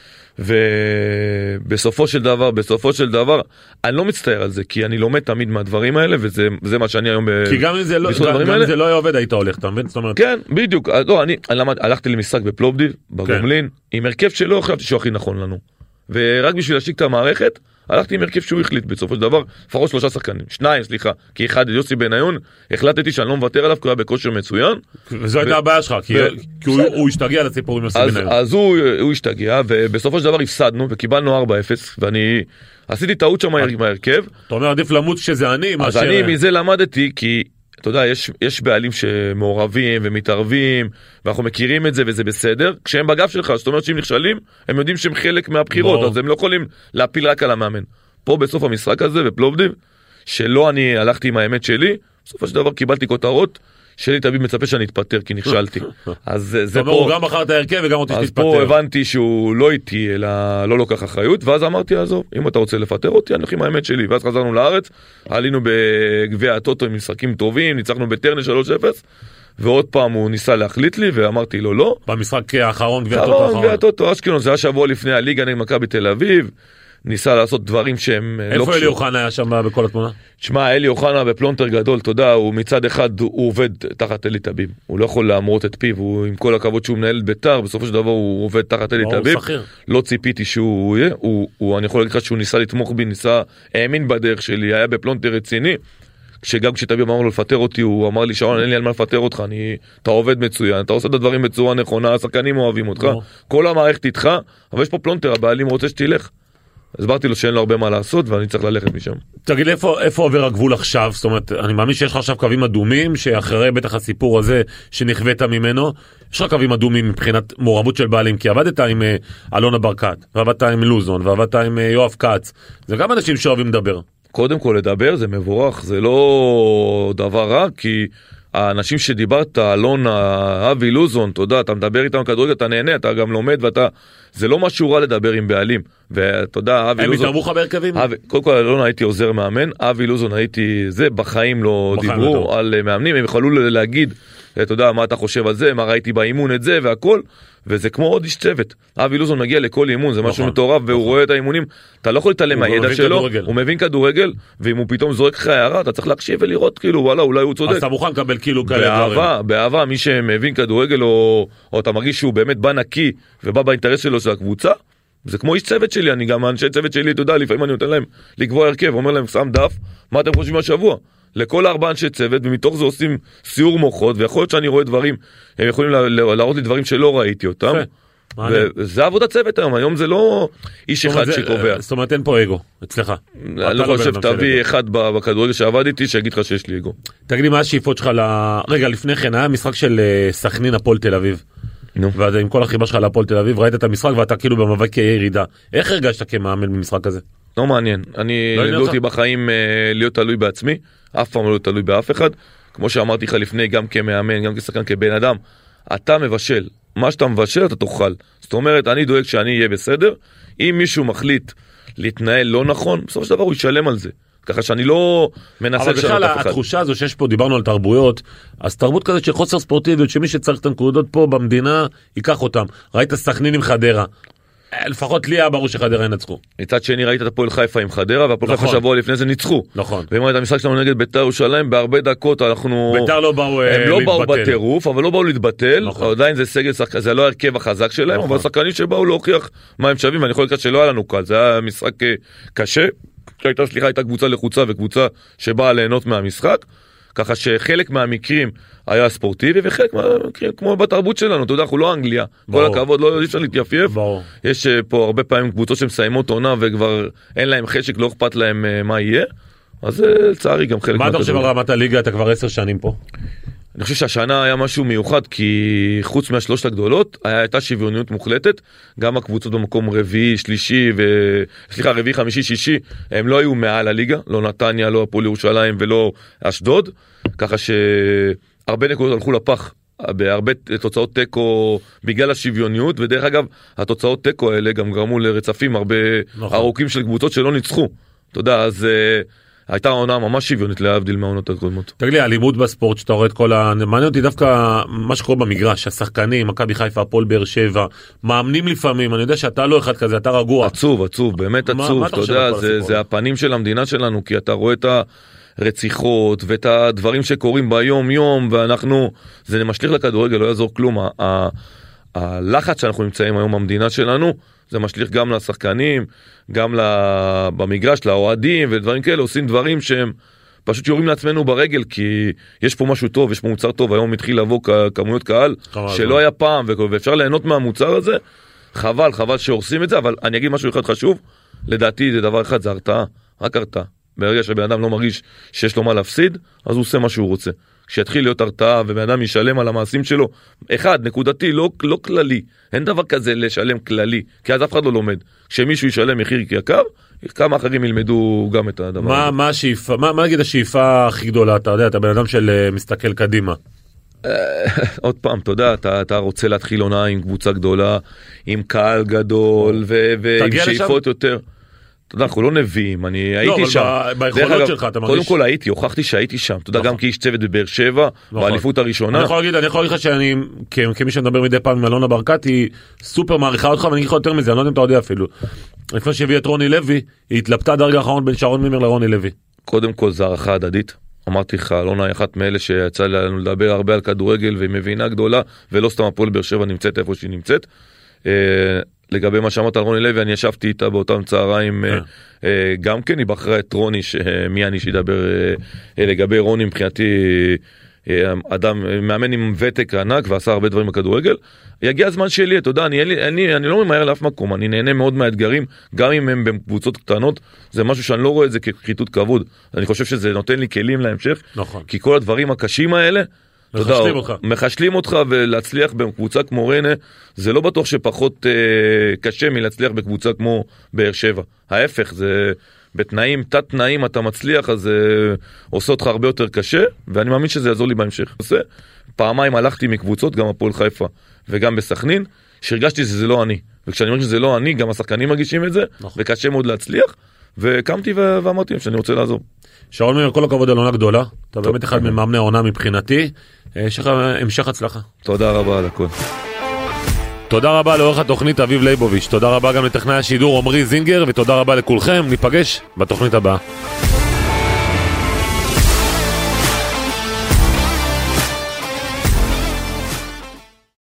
ובסופו של דבר, בסופו של דבר, אני לא מצטער על זה, כי אני לומד תמיד מהדברים האלה, וזה, וזה מה שאני היום ב... כי גם אם זה לא, גם, גם זה לא היה עובד, היית הולך, אתה מבין? זאת אומרת... כן, בדיוק. לא, אני, אני למד, הלכתי למשחק בפלובדיב, בגומלין, כן. עם הרכב שלא חשבתי שהוא הכי נכון לנו. ורק בשביל להשיק את המערכת, הלכתי עם הרכב שהוא החליט, בסופו של דבר, לפחות שלושה שחקנים, שניים, סליחה, כי אחד, יוסי בניון, החלטתי שאני לא מוותר עליו, כי הוא היה בכושר מצוין. וזו הייתה הבעיה שלך, כי הוא השתגע לסיפור עם יוסי בניון. אז הוא השתגע, ובסופו של דבר הפסדנו, וקיבלנו ארבע אפס, ואני עשיתי טעות שם מהרכב. אתה אומר, עדיף למות שזה אני, אז אני מזה למדתי, כי אתה יודע, יש, יש בעלים שמעורבים ומתערבים, ואנחנו מכירים את זה וזה בסדר, כשהם בגב שלך, זאת אומרת שהם נכשלים, הם יודעים שהם חלק מהבחירות, אז הם לא יכולים להפיל רק על המאמן. פה בסוף המשחק הזה, בפלובדיב, שלא אני הלכתי עם האמת שלי, בסופו של דבר קיבלתי כותרות, שלי תמיד מצפה שאני אתפטר, כי נכשלתי. אז זה פה... הוא גם בחר את ההרכב וגם אותי שתתפטר. אז פה הבנתי שהוא לא איתי, אלא לא לוקח אחריות, ואז אמרתי, עזוב, אם אתה רוצה לפטר אותי, אני הולך עם האמת שלי. ואז חזרנו לארץ, עלינו בגביע הטוטו עם משחקים טובים, ניצחנו בטרנר שלוש אפס, ועוד פעם הוא ניסה להחליט לי, ואמרתי לו לא. במשחק האחרון, גביע הטוטו האחרון. גביע הטוטו, אשקלון, זה היה שבוע לפני הליגה נגד מכבי תל אביב. ניסה לעשות דברים שהם... איפה אלי אוחנה היה שם בכל התמונה? תשמע, אלי אוחנה בפלונטר גדול, תודה, הוא מצד אחד הוא עובד תחת אלי טביב. הוא לא יכול להמרות את פיו, הוא עם כל הכבוד שהוא מנהל בית"ר, בסופו של דבר הוא עובד תחת אלי טביב. לא ציפיתי שהוא יהיה, הוא, הוא, אני יכול להגיד לך שהוא ניסה לתמוך בי, ניסה, האמין בדרך שלי, היה בפלונטר רציני, שגם כשטביב אמר לו לפטר אותי, הוא אמר לי, שרון, אין לי על מה לפטר אותך, אני, אתה עובד מצוין, אתה עושה את הדברים בצורה נכונה, השחקנים אוהבים אותך, כל המערכת איתך, אבל יש פה פלונטר, הבעלים רוצה שתלך. הסברתי לו שאין לו הרבה מה לעשות ואני צריך ללכת משם. תגיד, איפה, איפה עובר הגבול עכשיו? זאת אומרת, אני מאמין שיש לך עכשיו קווים אדומים, שאחרי בטח הסיפור הזה שנכווית ממנו, יש לך קווים אדומים מבחינת מעורבות של בעלים, כי עבדת עם uh, אלונה ברקת, ועבדת עם לוזון, ועבדת עם uh, יואב קץ, זה גם אנשים שאוהבים לדבר. קודם כל לדבר זה מבורך, זה לא דבר רע, כי האנשים שדיברת, אלונה, אבי לוזון, אתה יודע, אתה מדבר איתם כדורגל, אתה נהנה, אתה גם לומד ואתה, זה לא משהו רע לדבר עם בעלים. ואתה יודע, אבי הם לוזון... הם התערבו לך בהרכבים? קודם כל, אלונה הייתי עוזר מאמן, אבי לוזון הייתי, זה בחיים לא בחיים דיברו לא על מאמנים, הם יכולו להגיד, אתה יודע, מה אתה חושב על זה, מה ראיתי באימון את זה והכל, וזה כמו עוד איש צוות. אבי לוזון מגיע לכל אימון, זה משהו מטורף, והוא רואה את האימונים, אתה לא יכול להתעלם מהידע שלו, הוא מבין כדורגל, ואם הוא פתאום זורק לך הערה, אתה צריך להקשיב ולראות, כאילו, וואלה, אולי הוא צודק. אז אתה מוכן לקבל כאילו כאלה דברים. באהבה, באהבה, מי שמבין כדורגל, או, או אתה מרגיש שהוא באמת בא נקי, ובא באינטרס שלו של הקבוצה, זה כמו איש צוות שלי, אני גם אנשי צוות שלי, אתה יודע, לפעמים אני נותן להם לקבוע הרכב, אומר להם, שם דף, מה אתם חושבים השבוע? לכל ארבעה אנשי צוות, ומתוך זה עושים סיור מוחות, ויכול להיות שאני רואה דברים, הם יכולים להראות לי דברים שלא ראיתי אותם, וזה עבודת צוות היום, היום זה לא איש אחד שקובע. זאת אומרת, אין פה אגו, אצלך. אני לא חושב, תביא אחד בכדורגל שעבד איתי, שיגיד לך שיש לי אגו. תגיד לי, מה השאיפות שלך ל... רגע, לפני כן, היה משחק של סכנין הפועל תל אביב. ועם כל החיבה שלך להפועל תל אביב, ראית את המשחק ואתה כאילו במאבק ירידה. איך הרגשת כמאמן במשחק הזה? לא מעניין. אני לימדו אותי בחיים להיות תלוי בעצמי, אף פעם לא תלוי באף אחד. כמו שאמרתי לך לפני, גם כמאמן, גם כשחקן, כבן אדם, אתה מבשל. מה שאתה מבשל, אתה תאכל. זאת אומרת, אני דואג שאני אהיה בסדר. אם מישהו מחליט להתנהל לא נכון, בסופו של דבר הוא ישלם על זה. ככה שאני לא מנסה לשנות אף אחד. אבל בכלל התחושה הזו שיש פה, דיברנו על תרבויות, אז תרבות כזאת של חוסר ספורטיביות, שמי שצריך את הנקודות פה במדינה, ייקח אותם. ראית סכנין עם חדרה. לפחות לי היה ברור שחדרה ינצחו. מצד שני ראית את הפועל חיפה עם חדרה, והפועל חיפה שבוע לפני זה ניצחו. נכון. ואם ראית המשחק שלנו נגד בית"ר ירושלים, בהרבה דקות אנחנו... בית"ר לא באו להתבטל. הם לא באו בטירוף, אבל לא באו להתבטל. עדיין זה סגל, זה לא הרכב החזק שלהם, אבל שחקנים שבאו להוכיח מה הם שווים, ואני יכול לקרוא שלא היה לנו קל, זה היה משחק קשה. שהייתה, סליחה, הייתה קבוצה לחוצה וקבוצה שבאה ליהנות מהמשחק, ככה שחלק מהמקרים היה ספורטיבי, וחלק מהמקרים כמו בתרבות שלנו, אתה יודע, אנחנו לא אנגליה, כל הכבוד, לא אפשר להתייפייף, יש פה הרבה פעמים קבוצות שמסיימות עונה וכבר אין להם חשק, לא אכפת להם מה יהיה, אז לצערי גם חלק... מה אתה חושב על רמת הליגה? אתה כבר עשר שנים פה. אני חושב שהשנה היה משהו מיוחד, כי חוץ מהשלושת הגדולות, הייתה שוויוניות מוחלטת, גם הקבוצות במקום רביעי, שלישי, ו... סליחה, רביעי, חמישי, שישי, הם לא היו מעל הליגה, לא נתניה, לא הפועל ירושלים ולא אשדוד, ככה הרבה נקודות הלכו לפח, בהרבה תוצאות טקו בגלל השוויוניות, ודרך אגב, התוצאות טקו האלה גם גרמו לרצפים הרבה נכון. ארוכים של קבוצות שלא ניצחו. אתה יודע, אז uh, הייתה העונה ממש שוויונית להבדיל מהעונות הקודמות. תגיד לי, אלימות בספורט, שאתה רואה את כל ה... מעניין אותי דווקא מה שקורה במגרש, השחקנים, מכבי חיפה, הפועל באר שבע, מאמנים לפעמים, אני יודע שאתה לא אחד כזה, אתה רגוע. עצוב, עצוב, באמת עצוב, מה, מה אתה יודע, זה, זה הפנים של המדינה שלנו, כי אתה רואה את ה... רציחות ואת הדברים שקורים ביום יום, ואנחנו, זה משליך לכדורגל, לא יעזור כלום. ה- ה- הלחץ שאנחנו נמצאים היום במדינה שלנו, זה משליך גם לשחקנים, גם ל- במגרש, לאוהדים ודברים כאלה, עושים דברים שהם פשוט יורים לעצמנו ברגל, כי יש פה משהו טוב, יש פה מוצר טוב, היום מתחיל לבוא כמויות קהל, שלא היה פעם, ואפשר ליהנות מהמוצר הזה, חבל, חבל שהורסים את זה, אבל אני אגיד משהו אחד חשוב, לדעתי זה דבר אחד, זה הרתעה, רק הרתעה. ברגע שבן אדם לא מרגיש שיש לו מה להפסיד, אז הוא עושה מה שהוא רוצה. כשיתחיל להיות הרתעה ובן אדם ישלם על המעשים שלו, אחד, נקודתי, לא, לא כללי. אין דבר כזה לשלם כללי, כי אז אף אחד לא לומד. כשמישהו ישלם מחיר יקר, כמה אחרים ילמדו גם את הדבר מה, הזה. מה השאיפה, מה, מה נגיד השאיפה הכי גדולה? אתה יודע, אתה בן אדם של מסתכל קדימה. עוד פעם, אתה יודע, אתה, אתה רוצה להתחיל עונה עם קבוצה גדולה, עם קהל גדול, ו- ועם שאיפות יותר. אתה יודע, אנחנו לא נביאים, אני הייתי שם. לא, אבל ביכולות שלך אתה מרגיש... קודם כל הייתי, הוכחתי שהייתי שם. אתה יודע, גם כאיש צוות בבאר שבע, באליפות הראשונה. אני יכול להגיד, אני יכול להגיד לך שאני, כמי שמדבר מדי פעם עם אלונה ברקת, היא סופר מעריכה אותך, ואני אגיד לך יותר מזה, אני לא יודע אם אתה יודע אפילו. לפני שהביא את רוני לוי, היא התלבטה דרגה האחרון בין שרון מימר לרוני לוי. קודם כל, זה הערכה הדדית. אמרתי לך, אלונה היא אחת מאלה שיצא לנו לדבר הרבה על כדורגל, והיא מבינה גדולה, ולא סתם הפועל באר שבע נמצאת איפה שהיא נמצאת. לגבי מה שאמרת על רוני לוי, אני ישבתי איתה באותם צהריים גם כן, היא בחרה את רוני, מי אני שידבר לגבי רוני מבחינתי, אדם מאמן עם ותק ענק ועשה הרבה דברים בכדורגל. יגיע הזמן שלי, אתה יודע, אני, אני, אני לא ממהר לאף מקום, אני נהנה מאוד מהאתגרים, גם אם הם בקבוצות קטנות, זה משהו שאני לא רואה את זה כחיתות כבוד, אני חושב שזה נותן לי כלים להמשך, נכון. כי כל הדברים הקשים האלה, מחשלים אותך. מחשלים אותך, ולהצליח בקבוצה כמו ריינה, זה לא בטוח שפחות אה, קשה מלהצליח בקבוצה כמו באר שבע. ההפך, זה בתנאים, תת תנאים אתה מצליח, אז אה, עושה אותך הרבה יותר קשה, ואני מאמין שזה יעזור לי בהמשך. עושה, פעמיים הלכתי מקבוצות, גם הפועל חיפה וגם בסכנין, שהרגשתי שזה לא אני. וכשאני אומר שזה לא אני, גם השחקנים מרגישים את זה, נכון. וקשה מאוד להצליח, וקמתי ו- ואמרתי שאני רוצה לעזור. שרון מימר, כל הכבוד על עונה גדולה, אתה באמת אחד ממאמני העונה מבחינתי, יש לך המשך הצלחה. תודה רבה על הכל. תודה רבה לעורך התוכנית אביב ליבוביץ', תודה רבה גם לטכנאי השידור עמרי זינגר, ותודה רבה לכולכם, ניפגש בתוכנית הבאה.